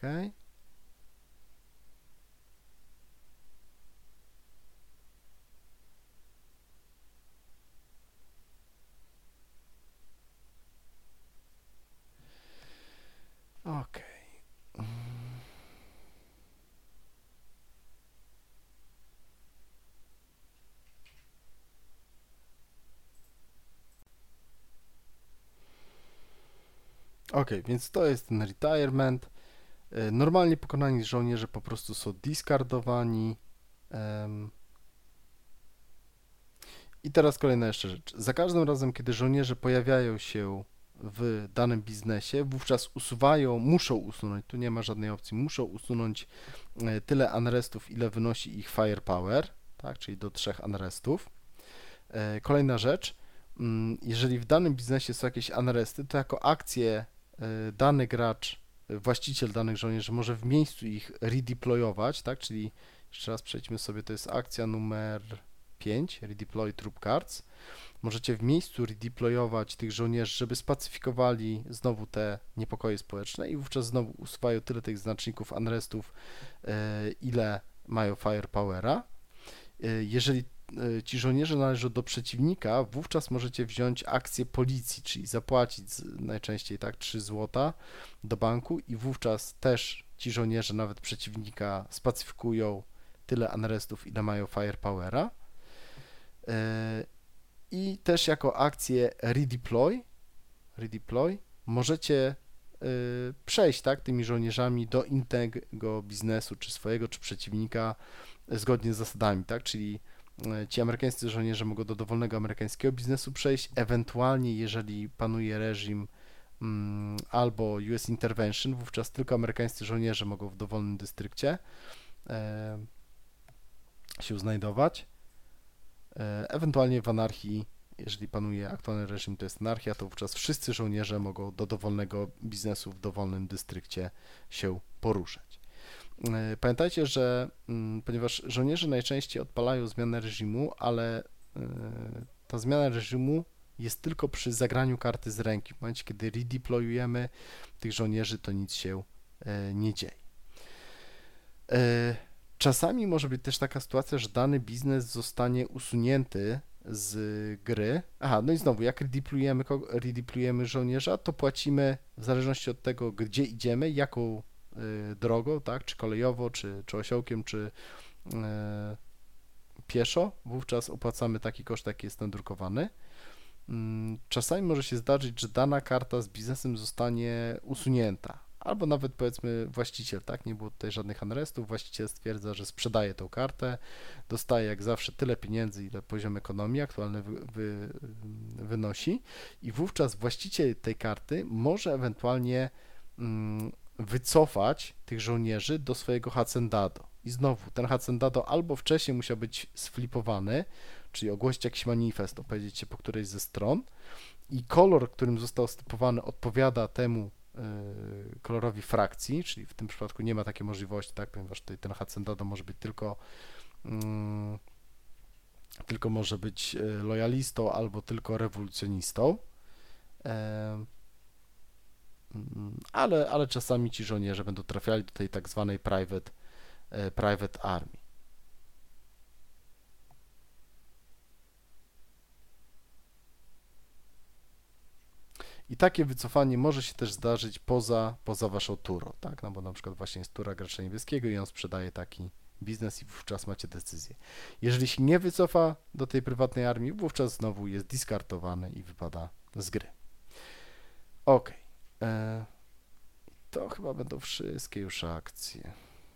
Ok. Ok, więc to jest ten retirement. Normalnie pokonani żołnierze po prostu są discardowani. I teraz kolejna jeszcze rzecz. Za każdym razem, kiedy żołnierze pojawiają się w danym biznesie, wówczas usuwają, muszą usunąć, tu nie ma żadnej opcji, muszą usunąć tyle unrestów, ile wynosi ich firepower, tak, czyli do trzech unrestów. Kolejna rzecz, jeżeli w danym biznesie są jakieś unresty, to jako akcję dany gracz, właściciel danych żołnierzy może w miejscu ich redeployować, tak, czyli jeszcze raz przejdźmy sobie, to jest akcja numer pięć, redeploy troop cards. Możecie w miejscu redeployować tych żołnierzy, żeby spacyfikowali znowu te niepokoje społeczne i wówczas znowu usuwają tyle tych znaczników unrestów, ile mają firepowera. Jeżeli ci żołnierze należą do przeciwnika, wówczas możecie wziąć akcję policji, czyli zapłacić najczęściej tak trzy złota do banku i wówczas też ci żołnierze nawet przeciwnika spacyfikują tyle unrestów, ile mają firepowera. I też jako akcję redeploy, redeploy możecie przejść tak, tymi żołnierzami do innego biznesu, czy swojego, czy przeciwnika, zgodnie z zasadami, tak, czyli ci amerykańscy żołnierze mogą do dowolnego amerykańskiego biznesu przejść, ewentualnie jeżeli panuje reżim um, albo U S Intervention, wówczas tylko amerykańscy żołnierze mogą w dowolnym dystrykcie e, się znajdować, e, ewentualnie w anarchii, jeżeli panuje aktualny reżim, to jest anarchia, to wówczas wszyscy żołnierze mogą do dowolnego biznesu w dowolnym dystrykcie się poruszać. Pamiętajcie, że ponieważ żołnierze najczęściej odpalają zmianę reżimu, ale ta zmiana reżimu jest tylko przy zagraniu karty z ręki. W momencie, kiedy redeployujemy tych żołnierzy, to nic się nie dzieje. Czasami może być też taka sytuacja, że dany biznes zostanie usunięty z gry. Aha, no i znowu, jak redeployujemy, redeployujemy żołnierza, to płacimy w zależności od tego, gdzie idziemy, jaką drogą, tak, czy kolejowo, czy, czy osiołkiem, czy e, pieszo, wówczas opłacamy taki koszt, jaki jest nadrukowany. Czasami może się zdarzyć, że dana karta z biznesem zostanie usunięta, albo nawet powiedzmy właściciel, tak, nie było tutaj żadnych unrestów, właściciel stwierdza, że sprzedaje tą kartę, dostaje jak zawsze tyle pieniędzy, ile poziom ekonomii aktualny wy, wy, wynosi i wówczas właściciel tej karty może ewentualnie mm, wycofać tych żołnierzy do swojego hacendado. I znowu, ten hacendado albo wcześniej musiał być sflipowany, czyli ogłosić jakiś manifest, opowiedzieć się po którejś ze stron i kolor, którym został stypowany, odpowiada temu yy, kolorowi frakcji, czyli w tym przypadku nie ma takiej możliwości, tak, ponieważ tutaj ten hacendado może być tylko yy, tylko może być lojalistą albo tylko rewolucjonistą. Yy. Ale, ale czasami ci żołnierze będą trafiali do tej tak zwanej private, private army. I takie wycofanie może się też zdarzyć poza, poza waszą turą, tak? No bo na przykład właśnie jest tura gracza niebieskiego i on sprzedaje taki biznes i wówczas macie decyzję. Jeżeli się nie wycofa do tej prywatnej armii, wówczas znowu jest diskartowany i wypada z gry. Ok. To chyba będą wszystkie już akcje.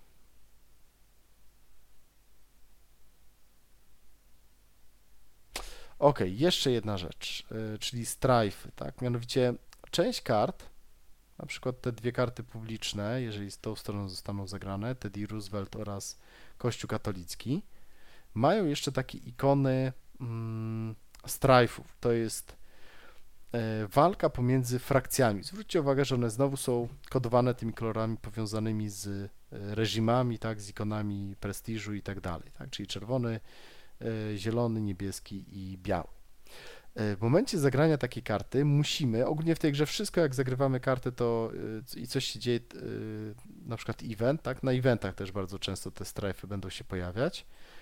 Ok, jeszcze jedna rzecz, czyli strajfy, tak? Mianowicie część kart, na przykład te dwie karty publiczne, jeżeli z tą stroną zostaną zagrane, Teddy Roosevelt oraz Kościół katolicki, mają jeszcze takie ikony mm, strajfów. To jest walka pomiędzy frakcjami. Zwróćcie uwagę, że one znowu są kodowane tymi kolorami powiązanymi z reżimami, tak, z ikonami prestiżu i tak dalej, tak, czyli czerwony, zielony, niebieski i biały. W momencie zagrania takiej karty musimy, ogólnie w tej grze wszystko, jak zagrywamy kartę, to i coś się dzieje, na przykład event, tak, na eventach też bardzo często te strajfy będą się pojawiać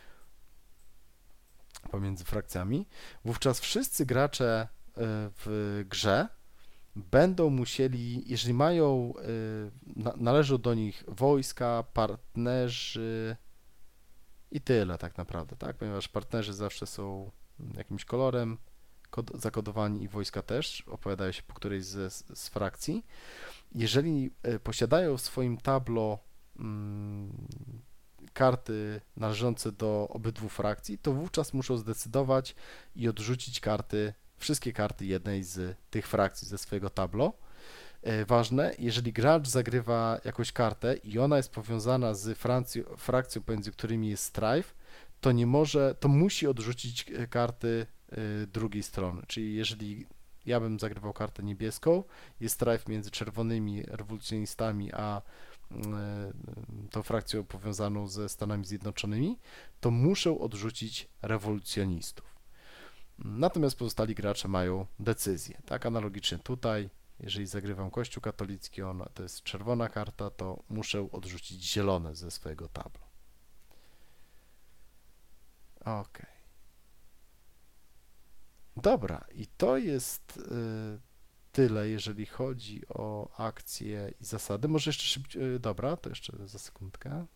pomiędzy frakcjami, wówczas wszyscy gracze w grze będą musieli, jeżeli mają, należą do nich wojska, partnerzy i tyle tak naprawdę, tak, ponieważ partnerzy zawsze są jakimś kolorem zakodowani i wojska też, opowiadają się po którejś z, z frakcji. Jeżeli posiadają w swoim tablo mm, karty należące do obydwu frakcji, to wówczas muszą zdecydować i odrzucić karty, wszystkie karty jednej z tych frakcji ze swojego tablo. Ważne, jeżeli gracz zagrywa jakąś kartę i ona jest powiązana z frakcją, frakcją pomiędzy którymi jest strife, to nie może, to musi odrzucić karty drugiej strony. Czyli jeżeli ja bym zagrywał kartę niebieską, jest strife między czerwonymi rewolucjonistami a tą frakcją powiązaną ze Stanami Zjednoczonymi, to muszę odrzucić rewolucjonistów. Natomiast pozostali gracze mają decyzję. Tak analogicznie tutaj, jeżeli zagrywam Kościół katolicki, ona to jest czerwona karta, to muszę odrzucić zielone ze swojego tabla. Ok. Dobra, i to jest y, tyle, jeżeli chodzi o akcje i zasady. Może jeszcze szybciej, y, dobra, to jeszcze za sekundkę.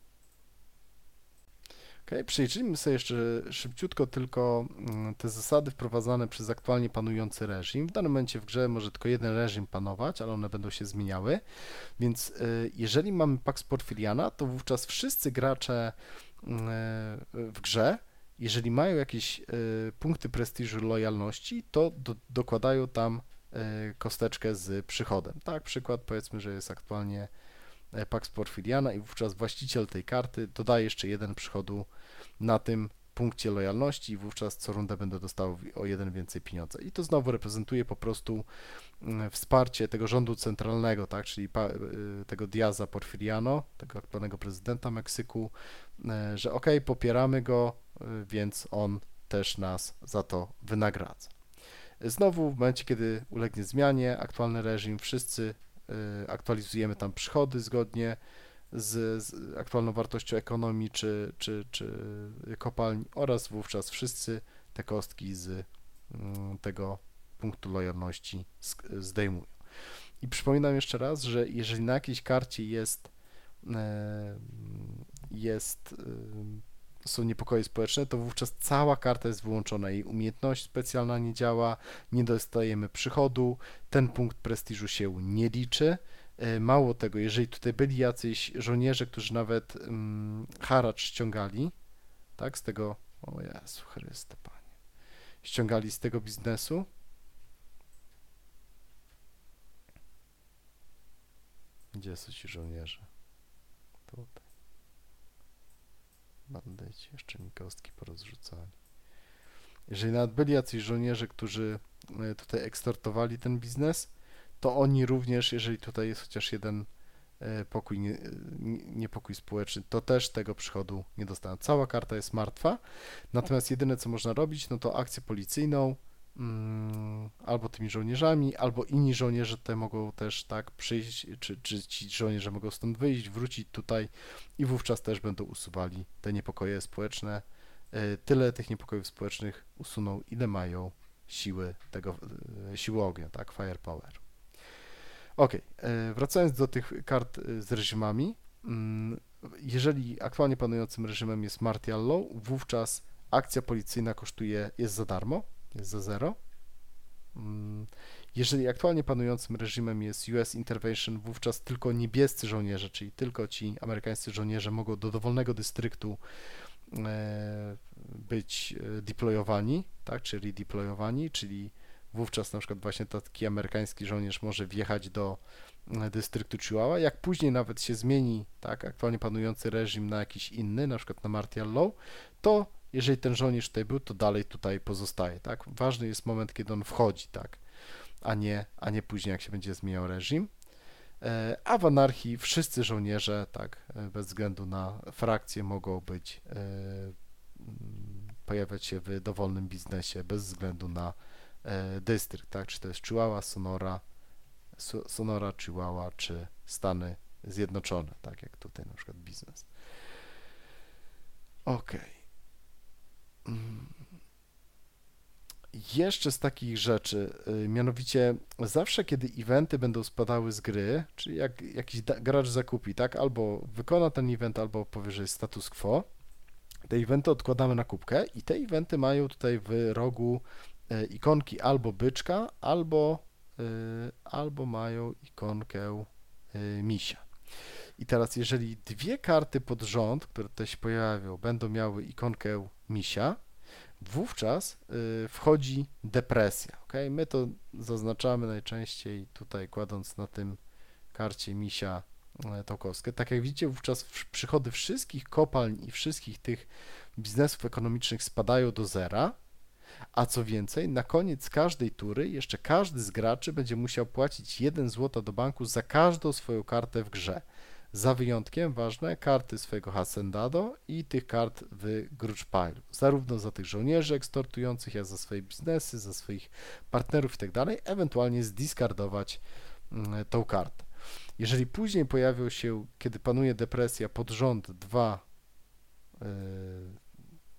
Ok, przejrzyjmy sobie jeszcze szybciutko tylko mm, te zasady wprowadzane przez aktualnie panujący reżim. W danym momencie w grze może tylko jeden reżim panować, ale one będą się zmieniały. Więc y, jeżeli mamy Pax Porfiriana, to wówczas wszyscy gracze y, w grze, jeżeli mają jakieś y, punkty prestiżu lojalności, to do, dokładają tam y, kosteczkę z przychodem. Tak, przykład powiedzmy, że jest aktualnie e, Pax Porfiriana i wówczas właściciel tej karty dodaje jeszcze jeden przychodu na tym punkcie lojalności i wówczas co rundę będę dostał o jeden więcej pieniądza. I to znowu reprezentuje po prostu mm, wsparcie tego rządu centralnego, tak, czyli pa, y, tego Diaza Porfiriano, tego aktualnego prezydenta Meksyku, y, że ok, popieramy go, y, więc on też nas za to wynagradza. Znowu w momencie, kiedy ulegnie zmianie aktualny reżim, wszyscy y, aktualizujemy tam przychody zgodnie z, z aktualną wartością ekonomii czy, czy, czy kopalń oraz wówczas wszyscy te kostki z mm, tego punktu lojalności sk- zdejmują. I przypominam jeszcze raz, że jeżeli na jakiejś karcie jest, e, jest e, są niepokoje społeczne, to wówczas cała karta jest wyłączona, jej umiejętność specjalna nie działa, nie dostajemy przychodu, ten punkt prestiżu się nie liczy. E, Mało tego, jeżeli tutaj byli jacyś żołnierze, którzy nawet mm, haracz ściągali, tak, z tego, o Jezu Chryste, Panie, ściągali z tego biznesu, gdzie są ci żołnierze? Tutaj. Bandyci, jeszcze mi kostki porozrzucali. Jeżeli nawet byli jacyś żołnierze, którzy e, tutaj eksportowali ten biznes, to oni również, jeżeli tutaj jest chociaż jeden e, pokój, nie, nie- niepokój społeczny, to też tego przychodu nie dostaną. Cała karta jest martwa, natomiast jedyne co można robić, no to akcję policyjną, mm, albo tymi żołnierzami, albo inni żołnierze tutaj mogą też tak przyjść, czy, czy ci żołnierze mogą stąd wyjść, wrócić tutaj i wówczas też będą usuwali te niepokoje społeczne. E, Tyle tych niepokojów społecznych usuną, ile mają siły tego, e, siły ognia, tak, firepower. Ok, wracając do tych kart e, z reżimami, mm, jeżeli aktualnie panującym reżimem jest Martial Law, wówczas akcja policyjna kosztuje, jest za darmo, jest za zero. Mm, Jeżeli aktualnie panującym reżimem jest U S Intervention, wówczas tylko niebiescy żołnierze, czyli tylko ci amerykańscy żołnierze mogą do dowolnego dystryktu e, być e, deployowani, tak, czy redeployowani, czyli wówczas na przykład właśnie taki amerykański żołnierz może wjechać do e, dystryktu Chihuahua. Jak później nawet się zmieni, tak, aktualnie panujący reżim na jakiś inny, na przykład na Martial Law, to jeżeli ten żołnierz tutaj był, to dalej tutaj pozostaje, tak. Ważny jest moment, kiedy on wchodzi, tak, a nie, a nie później, jak się będzie zmieniał reżim. E, A w anarchii wszyscy żołnierze, tak, e, bez względu na frakcję, mogą być, e, mm, pojawiać się w dowolnym biznesie bez względu na e, dystrykt, tak, czy to jest Chihuahua, Sonora, Su- Sonora, Chihuahua, czy Stany Zjednoczone, tak jak tutaj na przykład biznes. Ok. Jeszcze z takich rzeczy, y, mianowicie zawsze kiedy eventy będą spadały z gry, czyli jak jakiś da- gracz zakupi, tak, albo wykona ten event, albo powie, że jest status quo, te eventy odkładamy na kubkę i te eventy mają tutaj w rogu e, ikonki albo byczka, albo, e, albo mają ikonkę e, misia. I teraz jeżeli dwie karty pod rząd, które tutaj się pojawią, będą miały ikonkę misia, wówczas y, wchodzi depresja. Ok? My to zaznaczamy najczęściej tutaj kładąc na tym karcie misia e, tą kostkę. Tak jak widzicie, wówczas w- przychody wszystkich kopalń i wszystkich tych biznesów ekonomicznych spadają do zera, a co więcej, na koniec każdej tury jeszcze każdy z graczy będzie musiał płacić jeden złota do banku za każdą swoją kartę w grze. Za wyjątkiem, ważne, karty swojego Hacendado i tych kart w Grudge zarówno za tych żołnierzy eksportujących, jak za swoje biznesy, za swoich partnerów i tak dalej, ewentualnie zdiskardować mm, tą kartę. Jeżeli później pojawią się, kiedy panuje depresja, pod rząd dwa, yy,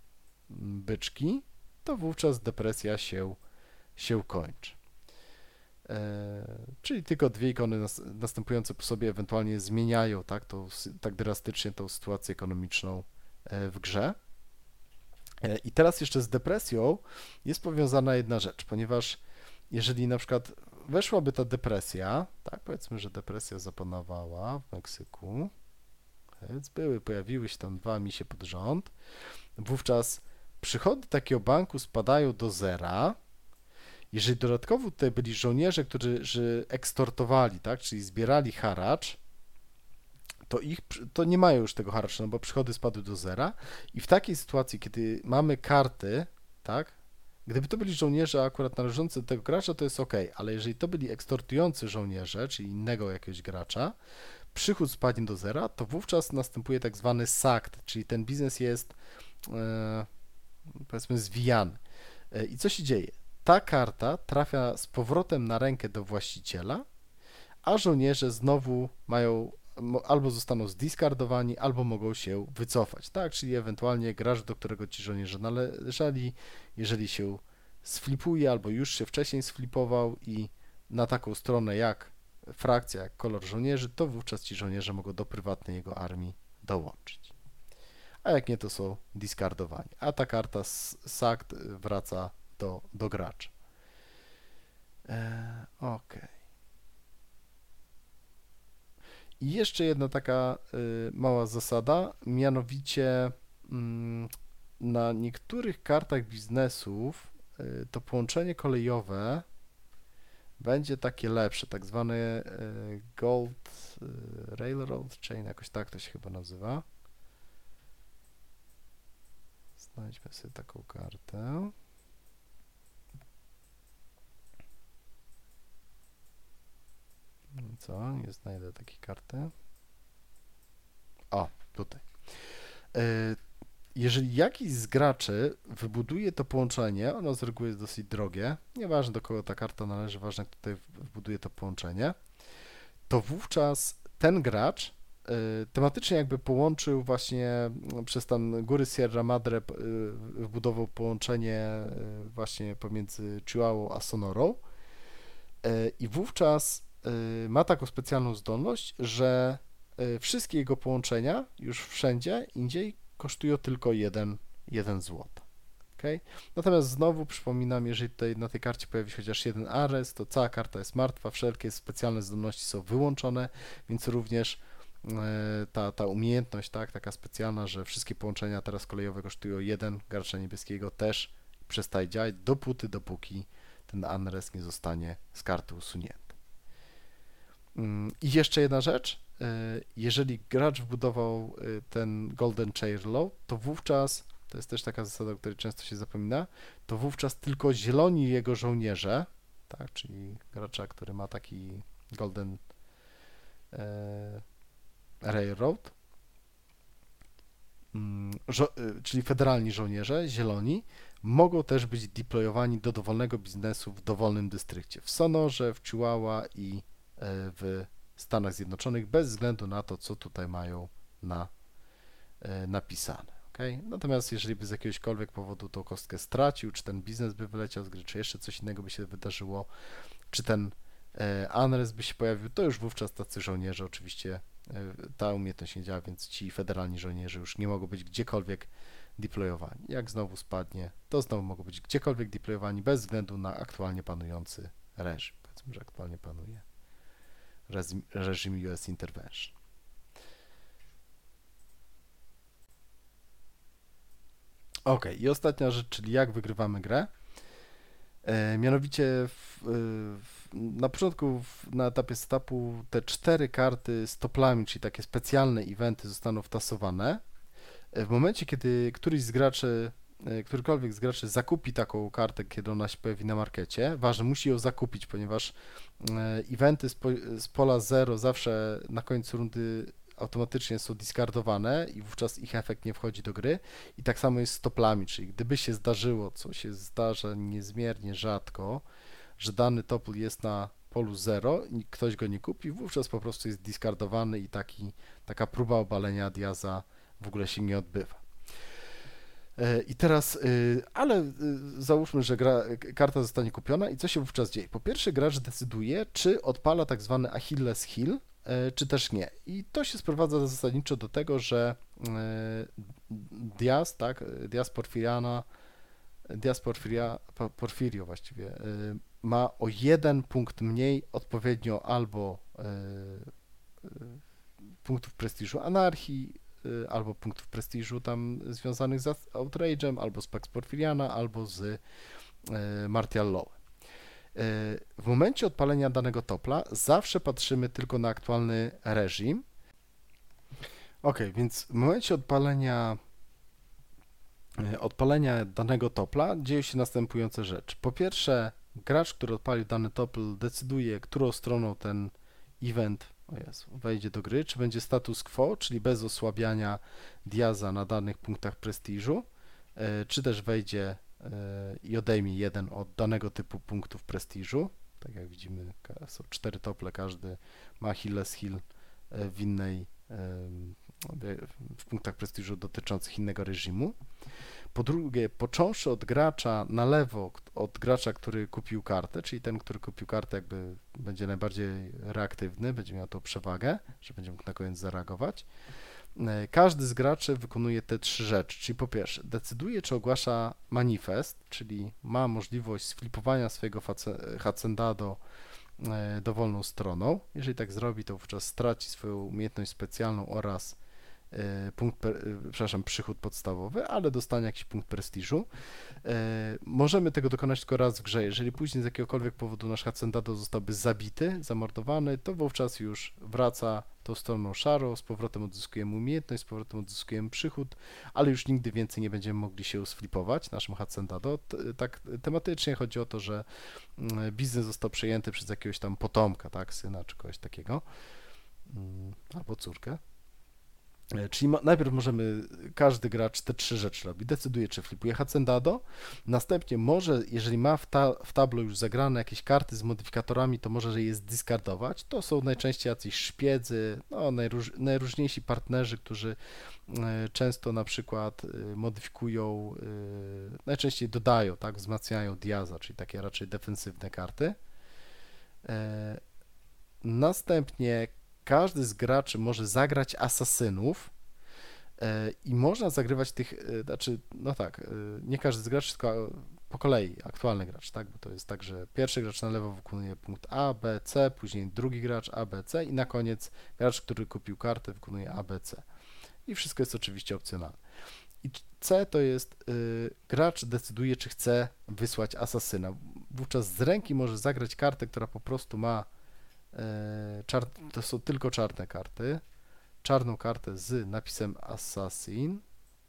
byczki, to wówczas depresja się, się kończy. E, czyli tylko dwie ikony nas, następujące po sobie ewentualnie zmieniają tak, to, tak drastycznie tą sytuację ekonomiczną e, w grze. E, I teraz jeszcze z depresją jest powiązana jedna rzecz, ponieważ jeżeli na przykład weszłaby ta depresja, tak, powiedzmy, że depresja zapanowała w Meksyku, więc były, pojawiły się tam dwa misie pod rząd, wówczas przychody takiego banku spadają do zera. Jeżeli dodatkowo tutaj byli żołnierze, którzy że ekstortowali, tak, czyli zbierali haracz, to ich, to nie mają już tego haraczu, no bo przychody spadły do zera i w takiej sytuacji, kiedy mamy karty, tak, gdyby to byli żołnierze akurat należący do tego gracza, to jest ok, ale jeżeli to byli eksportujący żołnierze, czyli innego jakiegoś gracza, przychód spadnie do zera, to wówczas następuje tak zwany sakt, czyli ten biznes jest e, powiedzmy zwijany. E, I co się dzieje? Ta karta trafia z powrotem na rękę do właściciela, a żołnierze znowu mają albo zostaną zdiskardowani, albo mogą się wycofać, tak? Czyli ewentualnie gracz, do którego ci żołnierze należeli, jeżeli się sflipuje, albo już się wcześniej sflipował i na taką stronę jak frakcja, jak kolor żołnierzy, to wówczas ci żołnierze mogą do prywatnej jego armii dołączyć. A jak nie, to są diskardowani. A ta karta sakt wraca do, do gracza. Eee, ok. I jeszcze jedna taka y, mała zasada, mianowicie y, na niektórych kartach biznesów y, to połączenie kolejowe będzie takie lepsze, tak zwany y, Gold y, Railroad Chain, jakoś tak to się chyba nazywa. Znajdźmy sobie taką kartę. Co? Nie znajdę takiej karty. O, tutaj. Jeżeli jakiś z graczy wybuduje to połączenie, ono z reguły jest dosyć drogie, nieważne do kogo ta karta należy, ważne kto tutaj wbuduje to połączenie, to wówczas ten gracz tematycznie jakby połączył właśnie przez tam góry Sierra Madre, wbudował połączenie właśnie pomiędzy Chihuahua a Sonorą i wówczas ma taką specjalną zdolność, że wszystkie jego połączenia już wszędzie indziej kosztują tylko jeden, jeden złota. Okay? Natomiast znowu przypominam, jeżeli tutaj na tej karcie pojawi się chociaż jeden ares, to cała karta jest martwa, wszelkie specjalne zdolności są wyłączone, więc również ta, ta umiejętność, tak, taka specjalna, że wszystkie połączenia teraz kolejowe kosztują jeden, gracza niebieskiego też przestaje działać, dopóty, dopóki ten unrest nie zostanie z karty usunięty. I jeszcze jedna rzecz, jeżeli gracz wbudował ten Golden Chair Law, to wówczas, to jest też taka zasada, o której często się zapomina, to wówczas tylko zieloni jego żołnierze, tak, czyli gracza, który ma taki Golden e, Railroad, żo, czyli federalni żołnierze, zieloni, mogą też być deployowani do dowolnego biznesu w dowolnym dystrykcie, w Sonorze, w Chihuahua i w Stanach Zjednoczonych, bez względu na to, co tutaj mają na, napisane. Okay? Natomiast jeżeli by z jakiegośkolwiek powodu tą kostkę stracił, czy ten biznes by wyleciał z gry, czy jeszcze coś innego by się wydarzyło, czy ten unrest by się pojawił, to już wówczas tacy żołnierze, oczywiście ta umiejętność nie działa, więc ci federalni żołnierze już nie mogą być gdziekolwiek deployowani. Jak znowu spadnie, to znowu mogą być gdziekolwiek deployowani, bez względu na aktualnie panujący reżim. Powiedzmy, że aktualnie panuje reżim U S Intervention. Ok, i ostatnia rzecz, czyli jak wygrywamy grę. E, mianowicie w, w, na początku w, na etapie setupu te cztery karty z toplami, czyli takie specjalne eventy zostaną wtasowane. E, w momencie, kiedy któryś z graczy, e, którykolwiek z graczy zakupi taką kartę, kiedy ona się pojawi na markecie, ważne, musi ją zakupić, ponieważ e, eventy z, po, z pola zero zawsze na końcu rundy automatycznie są discardowane i wówczas ich efekt nie wchodzi do gry. I tak samo jest z toplami, czyli gdyby się zdarzyło, co się zdarza niezmiernie rzadko, że dany topl jest na polu zero i ktoś go nie kupi, wówczas po prostu jest discardowany i taki, taka próba obalenia Diaza w ogóle się nie odbywa. I teraz, ale załóżmy, że gra, karta zostanie kupiona i co się wówczas dzieje? Po pierwsze, gracz decyduje, czy odpala tak zwany Achilles Heel, czy też nie. I to się sprowadza zasadniczo do tego, że Diaz, tak, Diaz Porfiriana, Diaz Porfiria, Porfirio właściwie, ma o jeden punkt mniej odpowiednio albo punktów prestiżu anarchii, albo punktów prestiżu tam związanych z Outrage'em, albo z Pax Porfiriana, albo z Martial Law. W momencie odpalenia danego topla zawsze patrzymy tylko na aktualny reżim. Ok, więc w momencie odpalenia odpalenia danego topla dzieje się następujące rzeczy. Po pierwsze, gracz, który odpalił dany topl, decyduje, którą stroną ten event o Jezu, wejdzie do gry, czy będzie status quo, czyli bez osłabiania Diaza na danych punktach prestiżu, czy też wejdzie i odejmie jeden od danego typu punktów prestiżu. Tak jak widzimy, są cztery tople, każdy ma Achilles Heel w innej, w punktach prestiżu dotyczących innego reżimu. Po drugie, począwszy od gracza na lewo, od gracza, który kupił kartę, czyli ten, który kupił kartę, jakby będzie najbardziej reaktywny, będzie miał tą przewagę, że będzie mógł na koniec zareagować. Każdy z graczy wykonuje te trzy rzeczy, czyli po pierwsze decyduje, czy ogłasza manifest, czyli ma możliwość sflipowania swojego hacendado dowolną stroną. Jeżeli tak zrobi, to wówczas straci swoją umiejętność specjalną oraz punkt, przepraszam, przychód podstawowy, ale dostanie jakiś punkt prestiżu. Możemy tego dokonać tylko raz w grze. Jeżeli później z jakiegokolwiek powodu nasz hacendado zostałby zabity, zamordowany, to wówczas już wraca tą stroną szarą, z powrotem odzyskujemy umiejętność, z powrotem odzyskujemy przychód, ale już nigdy więcej nie będziemy mogli się sflipować naszym hacendado. Tak tematycznie chodzi o to, że biznes został przejęty przez jakiegoś tam potomka, tak, syna czy kogoś takiego, albo córkę. Czyli ma, najpierw możemy, każdy gracz te trzy rzeczy robi, decyduje, czy flipuje hacendado, następnie może, jeżeli ma w, ta, w tablo już zagrane jakieś karty z modyfikatorami, to może je zdiskardować. To są najczęściej jacyś szpiedzy, no, najróż, najróżniejsi partnerzy, którzy y, często na przykład y, modyfikują, y, najczęściej dodają, tak, wzmacniają Diaza, czyli takie raczej defensywne karty. Y, następnie każdy z graczy może zagrać asasynów i można zagrywać tych, znaczy, no tak, nie każdy z graczy, tylko po kolei, aktualny gracz, tak, bo to jest tak, że pierwszy gracz na lewo wykonuje punkt A, B, C, później drugi gracz A, B, C i na koniec gracz, który kupił kartę, wykonuje A, B, C. I wszystko jest oczywiście opcjonalne. I C to jest, y, gracz decyduje, czy chce wysłać asasyna. Wówczas z ręki może zagrać kartę, która po prostu ma Czar, to są tylko czarne karty. Czarną kartę z napisem Assassin.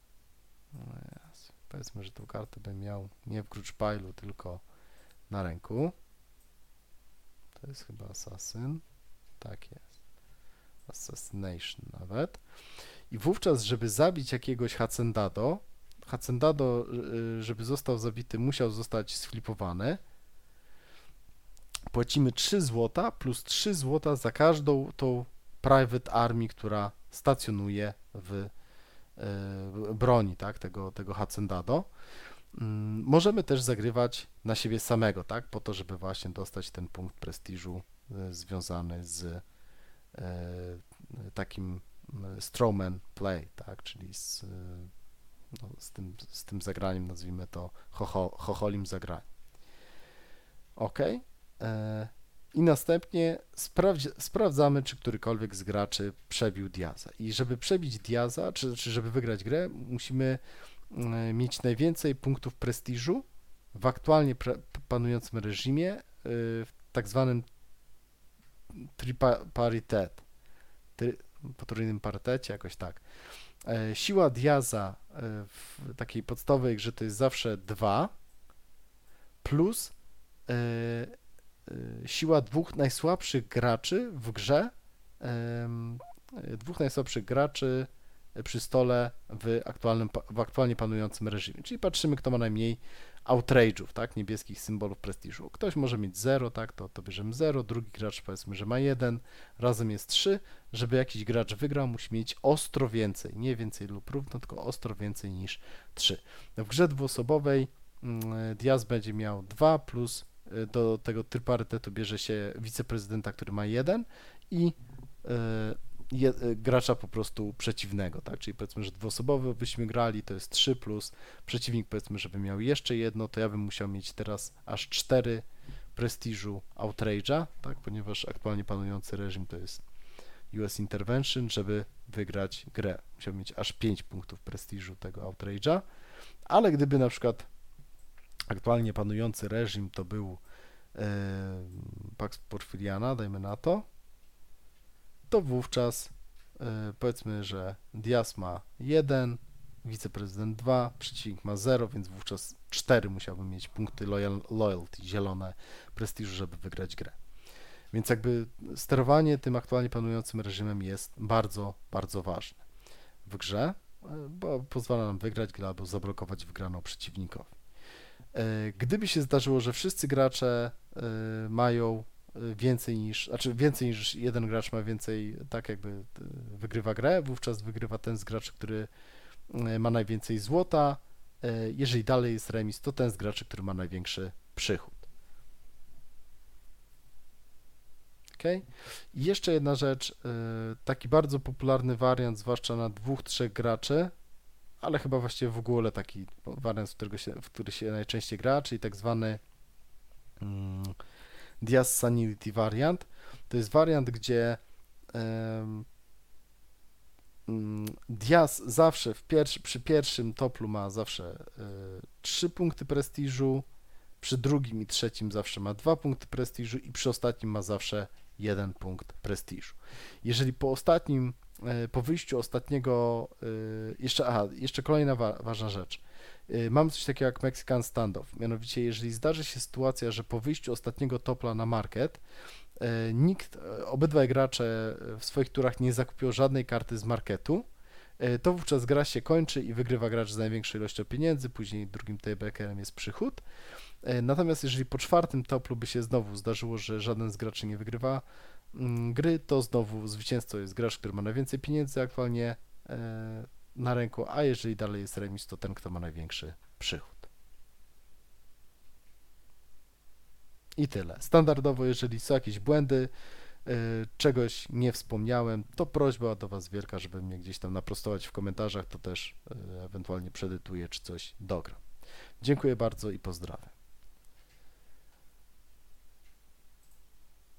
Powiedzmy, że tą kartę bym miał nie w Grudgepile'u, tylko na ręku. To jest chyba Assassin. Tak jest. Assassination nawet. I wówczas, żeby zabić jakiegoś hacendado, hacendado, żeby został zabity, musiał zostać sflipowany. Płacimy trzy złota plus trzy złota za każdą tą private army, która stacjonuje w y, broni, tak, tego, tego hacendado. Y, możemy też zagrywać na siebie samego, tak, po to, żeby właśnie dostać ten punkt prestiżu y, związany z y, takim strawman play, tak, czyli z, y, no, z, tym, z tym zagraniem, nazwijmy to chocho, chocholim zagraniem. Ok. I następnie sprawdź, sprawdzamy, czy którykolwiek z graczy przebił Diaza. I żeby przebić Diaza, czy, czy żeby wygrać grę, musimy mieć najwięcej punktów prestiżu w aktualnie panującym reżimie, w tak zwanym triparitet, tri, potrójnym parytecie, jakoś tak. Siła Diaza w takiej podstawowej grze to jest zawsze dwa plus siła dwóch najsłabszych graczy w grze, dwóch najsłabszych graczy przy stole w, aktualnym, w aktualnie panującym reżimie. Czyli patrzymy, kto ma najmniej outrage'ów, tak, niebieskich symbolów prestiżu. Ktoś może mieć zero, tak, to, to bierzemy zero, drugi gracz powiedzmy, że ma jeden, razem jest trzy. Żeby jakiś gracz wygrał, musi mieć ostro więcej, nie więcej lub równo, tylko ostro więcej niż trzy. W grze dwuosobowej Diaz będzie miał dwa plus do tego tryparytetu bierze się wiceprezydenta, który ma jeden i je, gracza po prostu przeciwnego, tak? Czyli powiedzmy, że dwuosobowy byśmy grali, to jest trzy plus przeciwnik powiedzmy, żeby miał jeszcze jedno, to ja bym musiał mieć teraz aż cztery prestiżu outrage'a, tak? Ponieważ aktualnie panujący reżim to jest U S Intervention, żeby wygrać grę. Musiałbym mieć aż pięć punktów prestiżu tego outrage'a, ale gdyby na przykład aktualnie panujący reżim to był e, Pax Porfiriana, dajmy na to, to wówczas e, powiedzmy, że Diaz ma jeden, wiceprezydent dwa, przeciwnik ma zero, więc wówczas cztery musiałbym mieć punkty loyal, loyalty, zielone prestiżu, żeby wygrać grę. Więc jakby sterowanie tym aktualnie panującym reżimem jest bardzo, bardzo ważne w grze, bo pozwala nam wygrać grę albo zablokować wygraną przeciwnikowi. Gdyby się zdarzyło, że wszyscy gracze mają więcej niż, znaczy więcej niż jeden gracz ma więcej, tak jakby wygrywa grę, wówczas wygrywa ten z graczy, który ma najwięcej złota. Jeżeli dalej jest remis, to ten z graczy, który ma największy przychód. Okay. I jeszcze jedna rzecz, taki bardzo popularny wariant, zwłaszcza na dwóch, trzech graczy, ale chyba właściwie w ogóle taki wariant, w, którego się, w który się najczęściej gra, czyli tak zwany um, Diaz Sanity wariant. To jest wariant, gdzie um, um, Diaz zawsze w pierwszy, przy pierwszym toplu ma zawsze trzy punkty prestiżu, przy drugim i trzecim zawsze ma dwa punkty prestiżu i przy ostatnim ma zawsze jeden punkt prestiżu. Jeżeli po ostatnim, po wyjściu ostatniego, jeszcze, aha, jeszcze kolejna wa ważna rzecz. Mamy coś takiego jak Mexican Standoff, mianowicie jeżeli zdarzy się sytuacja, że po wyjściu ostatniego topla na market nikt, obydwaj gracze w swoich turach nie zakupią żadnej karty z marketu, to wówczas gra się kończy i wygrywa gracz z największą ilością pieniędzy, później drugim tiebreakerem jest przychód. Natomiast jeżeli po czwartym toplu by się znowu zdarzyło, że żaden z graczy nie wygrywa gry, to znowu zwycięzcą jest gracz, który ma najwięcej pieniędzy aktualnie na ręku, a jeżeli dalej jest remis, to ten, kto ma największy przychód. I tyle. Standardowo, jeżeli są jakieś błędy, czegoś nie wspomniałem, to prośba do Was wielka, żeby mnie gdzieś tam naprostować w komentarzach, to też ewentualnie przeedytuję, czy coś dogram. Dziękuję bardzo i pozdrawiam.